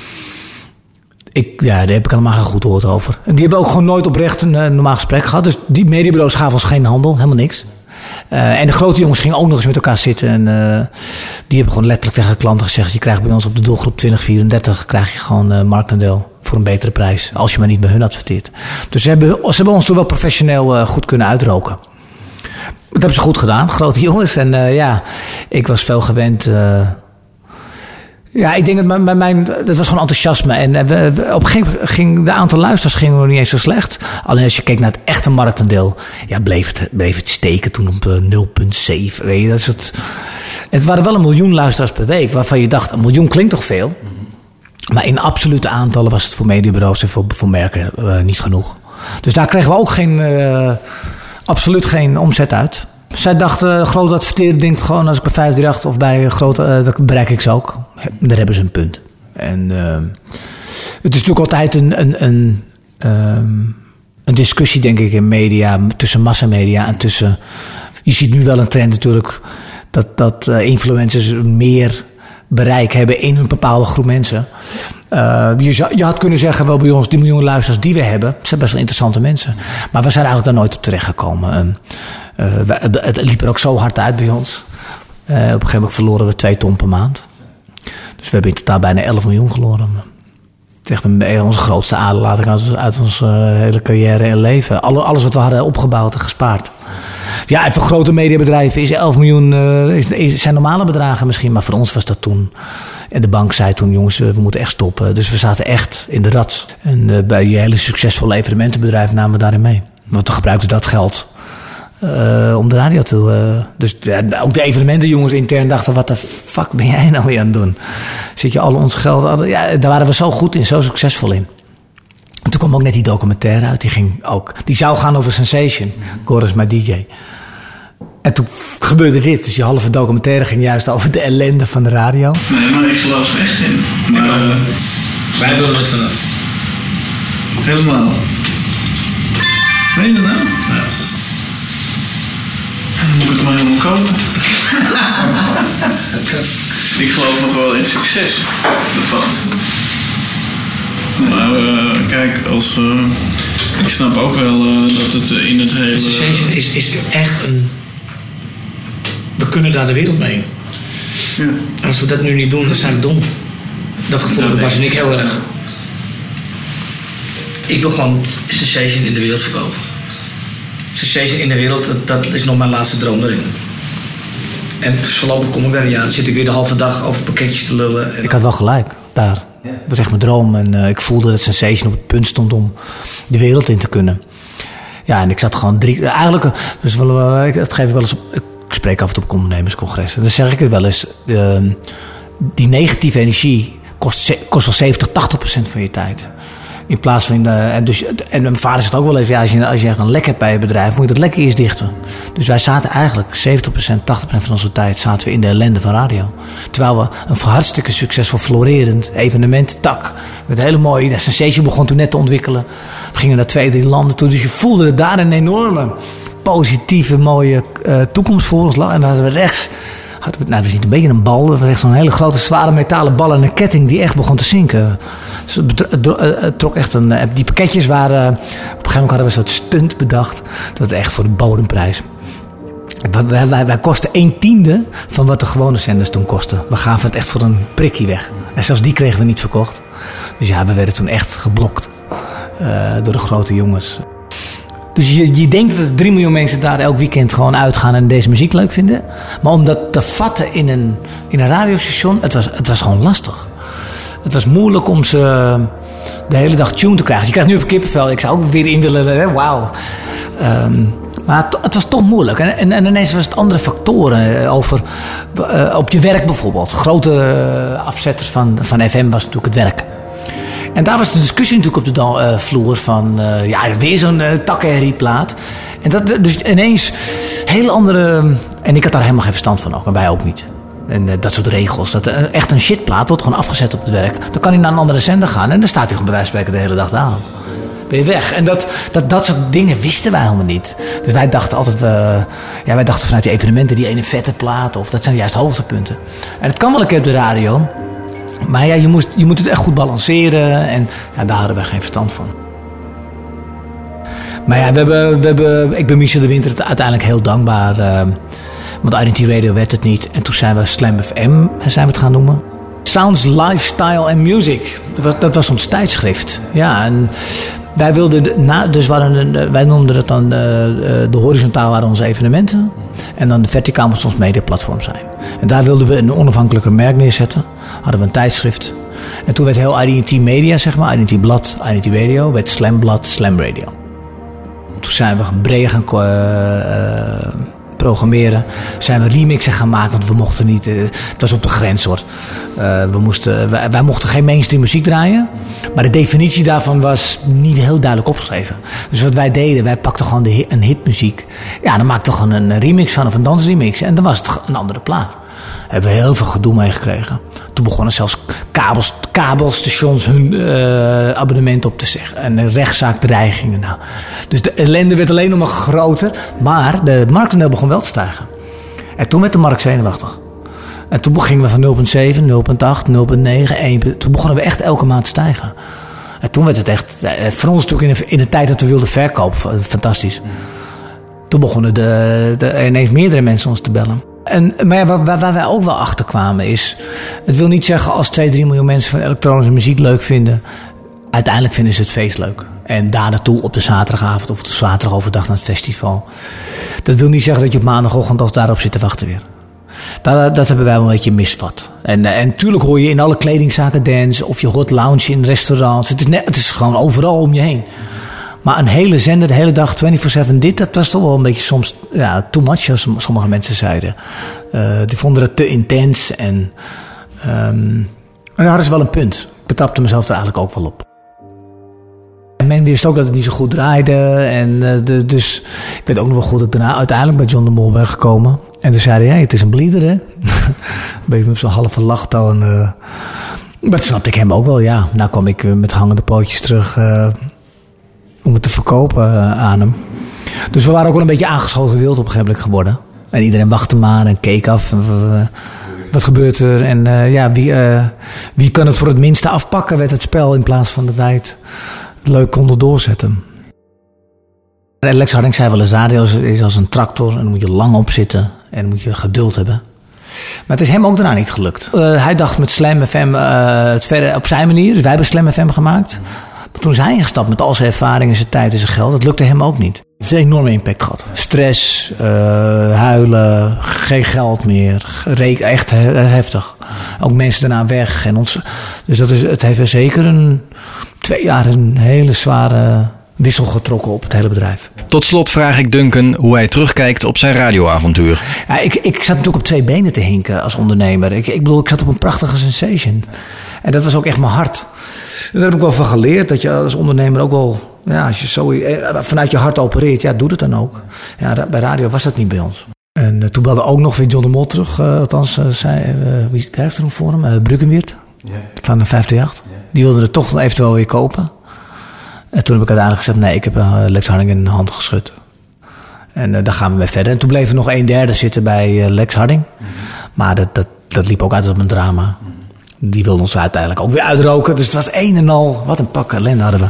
daar heb ik helemaal geen goed woord over. En die hebben ook gewoon nooit oprecht een normaal gesprek gehad. Dus die mediabureaus gaven ons geen handel, helemaal niks. En de grote jongens gingen ook nog eens met elkaar zitten. En die hebben gewoon letterlijk tegen de klanten gezegd: je krijgt bij ons op de doelgroep 2034 krijg je gewoon marktaandeel voor een betere prijs. Als je maar niet bij hun adverteert. Dus ze hebben ons toen wel professioneel goed kunnen uitroken. Dat hebben ze goed gedaan, grote jongens. En ik was veel gewend. Ik denk dat dat was gewoon enthousiasme. En op een gegeven moment ging de aantal luisteraars ging nog niet eens zo slecht. Alleen als je keek naar het echte marktaandeel, bleef het steken toen op 0,7. Weet je, dat is het waren wel 1 miljoen luisteraars per week, waarvan je dacht, 1 miljoen klinkt toch veel? Maar in absolute aantallen was het voor mediabureaus en voor merken niet genoeg. Dus daar kregen we ook absoluut geen omzet uit. Zij dachten, groot adverteren denkt gewoon, als ik bij 538 of bij grote, dan bereik ik ze ook. Daar hebben ze een punt. En het is natuurlijk altijd een discussie, denk ik, in media, tussen massamedia en tussen. Je ziet nu wel een trend natuurlijk dat influencers meer bereik hebben in een bepaalde groep mensen. Je had kunnen zeggen, wel bij ons, die miljoen luisteraars die we hebben, zijn best wel interessante mensen. Maar we zijn eigenlijk daar nooit op terechtgekomen. Het liep er ook zo hard uit bij ons. Op een gegeven moment verloren we 2 ton per maand. Dus we hebben in totaal bijna 11 miljoen verloren. Het is echt onze grootste aderlating uit onze hele carrière en leven. Alles wat we hadden opgebouwd en gespaard. Ja, en voor grote mediabedrijven is 11 miljoen zijn normale bedragen misschien. Maar voor ons was dat toen. En de bank zei toen, jongens, we moeten echt stoppen. Dus we zaten echt in de rats. En bij je hele succesvolle evenementenbedrijf namen we daarin mee. Want we gebruikten dat geld om de radio te... Dus ook de evenementenjongens intern dachten, wat de fuck ben jij nou weer aan het doen? Zit je al ons geld... daar waren we zo goed in, zo succesvol in. En toen kwam ook net die documentaire uit. Die zou gaan over Sensation. Goris, mijn DJ. En toen gebeurde dit. Dus die halve documentaire ging juist over de ellende van de radio. Nee, maar ik geloof er echt in. Maar wij willen er vanaf. Helemaal. Weet je dat nou? Ja. Dan moet ik het maar helemaal kopen. Ik geloof nog wel in succes ervan. Maar kijk, ik snap ook wel dat het in het hele... Sensation is echt een... We kunnen daar de wereld mee. Ja. En als we dat nu niet doen, dan zijn we dom. Dat gevoel hebben Bas en ik heel erg. Ik wil gewoon Sensation in de wereld verkopen. Sensation in de wereld, dat is nog mijn laatste droom erin. En voorlopig kom ik daar niet aan. Dan zit ik weer de halve dag over pakketjes te lullen. Ik had wel gelijk, daar. Ja. Dat was echt mijn droom. En ik voelde dat Sensation op het punt stond om de wereld in te kunnen. Ja, en ik zat gewoon eigenlijk, dus dat geef ik wel eens op... Ik spreek af en toe op ondernemerscongressen. Dan zeg ik het wel eens. Die negatieve energie kost wel 70-80% van je tijd. In plaats van... en mijn vader zegt ook wel even... Ja, als je echt een lek hebt bij je bedrijf... moet je dat lek eerst dichten. Dus wij zaten eigenlijk 70%, 80% van onze tijd... zaten we in de ellende van radio. Terwijl we een hartstikke succesvol florerend evenemententak... met hele mooie... De Sensation begon toen net te ontwikkelen. We gingen naar 2-3 landen toe. Dus je voelde er daar een enorme... positieve, mooie toekomst voor ons lag. En dan hadden we rechts... we zien een beetje een bal. Dat was echt zo'n hele grote, zware metalen bal en een ketting die echt begon te zinken. Dus het trok echt die pakketjes waren... op een gegeven moment hadden we zo'n stunt bedacht. Dat het echt voor de bodemprijs. Wij kosten 1/10 van wat de gewone zenders toen kosten. We gaven het echt voor een prikkie weg. En zelfs die kregen we niet verkocht. Dus ja, we werden toen echt geblokt. Door de grote jongens. Dus je denkt dat 3 miljoen mensen daar elk weekend gewoon uitgaan en deze muziek leuk vinden. Maar om dat te vatten in een radiostation, het was gewoon lastig. Het was moeilijk om ze de hele dag tune te krijgen. Je krijgt nu even kippenvel. Ik zou ook weer in willen, wauw. Maar het was toch moeilijk. En ineens was het andere factoren over... op je werk bijvoorbeeld. Grote afzetters van FM was natuurlijk het werk. En daar was de discussie natuurlijk op de vloer van... weer zo'n takkenherrieplaat. En dat dus ineens heel andere... En ik had daar helemaal geen verstand van ook. En wij ook niet. En dat soort regels. Dat echt een shitplaat wordt gewoon afgezet op het werk. Dan kan hij naar een andere zender gaan. En dan staat hij gewoon bij wijze van spreken de hele dag daar. Ben je weg. En dat soort dingen wisten wij helemaal niet. Dus wij dachten altijd... wij dachten vanuit die evenementen... die ene vette plaat. Of dat zijn juist hoogtepunten. En het kan wel een keer op de radio... Maar ja, je moet het echt goed balanceren. En ja, daar hadden wij geen verstand van. Maar ja, ik ben Michel de Winter uiteindelijk heel dankbaar. Want Identity Radio werd het niet. En toen zijn we Slam FM het gaan noemen. Sounds, Lifestyle and Music. Dat was ons tijdschrift. Ja, en wij wilden... wij noemden het dan... de horizontaal waren onze evenementen. En dan de verticaal moest ons mediaplatform zijn. En daar wilden we een onafhankelijke merk neerzetten. Hadden we een tijdschrift. En toen werd heel Identity Media, zeg maar. Identity Blad, Identity Radio. Werd Slam Blad, Slam Radio. Toen zijn we breder gaan programmeren. Zijn we remixen gaan maken, want we mochten niet... het was op de grens, hoor. Wij mochten geen mainstream muziek draaien. Maar de definitie daarvan was niet heel duidelijk opgeschreven. Dus wat wij deden, wij pakten gewoon een hitmuziek. Ja, dan maakten we gewoon een remix van, of een dansremix. En dan was het een andere plaat. Daar hebben we heel veel gedoe mee gekregen. Toen begonnen zelfs kabelstations hun abonnement op te zeggen. En rechtszaakdreigingen. Nou. Dus de ellende werd alleen nog maar groter. Maar de marktaandeel begon wel te stijgen. En toen werd de markt zenuwachtig. En toen gingen we van 0,7, 0,8, 0,9, 1. Toen begonnen we echt elke maand te stijgen. En toen werd het echt... voor ons natuurlijk in de tijd dat we wilden verkopen. Fantastisch. Toen begonnen ineens meerdere mensen ons te bellen. Maar ja, waar wij ook wel achter kwamen is... Het wil niet zeggen als 2-3 miljoen mensen van elektronische muziek leuk vinden... Uiteindelijk vinden ze het feest leuk. En daar naartoe op de zaterdagavond of de zaterdag overdag naar het festival. Dat wil niet zeggen dat je op maandagochtend als daarop zit te wachten weer. Dat hebben wij wel een beetje misvat. En tuurlijk hoor je in alle kledingzaken dance... of je hoort lounge in restaurants. Het is gewoon overal om je heen. Maar een hele zender, de hele dag, 24/7 dit... dat was toch wel een beetje soms too much, als sommige mensen zeiden. Die vonden het te intens. En daar hadden ze wel een punt. Ik betrapte mezelf er eigenlijk ook wel op. En men wist ook dat het niet zo goed draaide. En dus ik weet ook nog wel goed dat ik daarna uiteindelijk bij John de Mol ben gekomen. En toen zeiden ja, het is een bleeder, hè? Een beetje met zo'n halve lachtoon. Maar dat snapte ik hem ook wel, ja. Nou kwam ik met hangende pootjes terug... om het te verkopen aan hem. Dus we waren ook wel een beetje aangeschoten wild op een gegeven moment geworden. En iedereen wachtte maar en keek af. Wat gebeurt er? En wie kan het voor het minste afpakken, werd het spel... in plaats van dat wij het leuk konden doorzetten. En Lex Harding zei wel eens, radio is als een tractor... en dan moet je lang op zitten en dan moet je geduld hebben. Maar het is hem ook daarna niet gelukt. Hij dacht met Slam FM het verder op zijn manier. Dus wij hebben Slam FM gemaakt... Maar toen is hij ingestapt met al zijn ervaring en zijn tijd en zijn geld. Dat lukte hem ook niet. Het heeft een enorme impact gehad. Stress, huilen, geen geld meer. Echt heftig. Ook mensen daarna weg. Dus het heeft zeker 2 jaar een hele zware wissel getrokken op het hele bedrijf. Tot slot vraag ik Duncan hoe hij terugkijkt op zijn radioavontuur. Ja, ik zat natuurlijk op 2 benen te hinken als ondernemer. Ik bedoel, ik zat op een prachtige sensation. En dat was ook echt mijn hart. En daar heb ik wel van geleerd, dat je als ondernemer ook wel... Ja, als je zo vanuit je hart opereert, ja, doe het dan ook. Ja, bij radio was dat niet bij ons. En toen belde ook nog weer John de Mol terug. Althans, wie werkte er nog voor hem? Bruggenweert van de 538. Die wilde het toch eventueel weer kopen. En toen heb ik uiteindelijk gezegd, nee, ik heb Lex Harding in de hand geschud. En daar gaan we mee verder. En toen bleef er nog 1/3 zitten bij Lex Harding. Maar dat liep ook uit op een drama. Die wilden ons uiteindelijk ook weer uitroken. Dus het was een en al. Wat een pak ellende hadden we.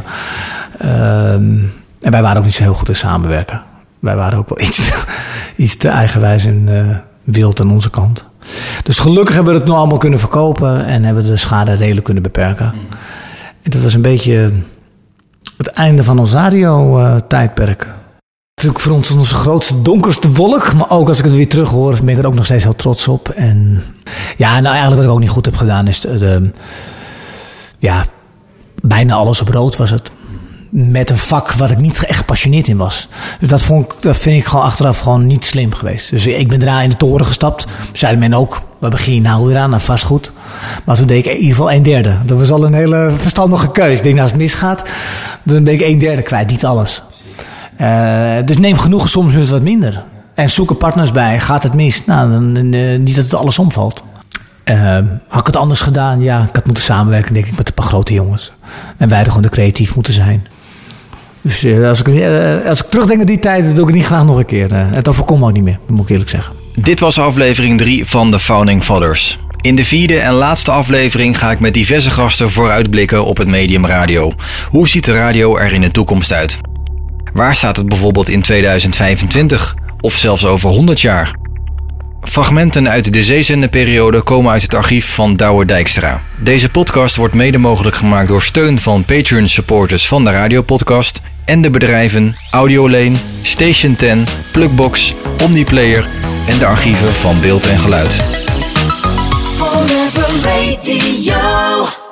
En wij waren ook niet zo heel goed in samenwerken. Wij waren ook wel iets te eigenwijs en wild aan onze kant. Dus gelukkig hebben we het nu allemaal kunnen verkopen. En hebben we de schade redelijk kunnen beperken. En dat was een beetje het einde van ons radio-tijdperk. Natuurlijk voor ons onze grootste, donkerste wolk. Maar ook als ik het weer terug hoor, ben ik er ook nog steeds heel trots op. En ja, nou eigenlijk wat ik ook niet goed heb gedaan is bijna alles op rood was het. met een vak wat ik niet echt gepassioneerd in was. Dus dat vind ik gewoon achteraf gewoon niet slim geweest. Dus ik ben daarna in de toren gestapt. Zeiden men ook, waar begin je nou weer aan? Nou, vastgoed. Maar toen deed ik in ieder geval 1/3. Dat was al een hele verstandige keuze. Ik denk, als het misgaat, dan ben ik 1/3 kwijt. Niet alles. Dus neem genoegen soms met wat minder. En zoek er partners bij. Gaat het mis? Nou, dan niet dat het alles omvalt. Had ik het anders gedaan? Ja, ik had moeten samenwerken, denk ik, met een paar grote jongens. En wij hadden gewoon de creatief moeten zijn. Dus als ik terugdenk aan die tijd, doe ik het niet graag nog een keer. Het overkomt me ook niet meer, moet ik eerlijk zeggen. Dit was aflevering 3 van The Founding Fathers. In de 4e en laatste aflevering ga ik met diverse gasten vooruitblikken op het medium radio. Hoe ziet de radio er in de toekomst uit? Waar staat het bijvoorbeeld in 2025? Of zelfs over 100 jaar? Fragmenten uit de zeezenderperiode komen uit het archief van Douwe Dijkstra. Deze podcast wordt mede mogelijk gemaakt door steun van Patreon-supporters van de radiopodcast en de bedrijven Audioleen, Station 10, Plugbox, Omniplayer en de archieven van Beeld en Geluid. Forever Radio.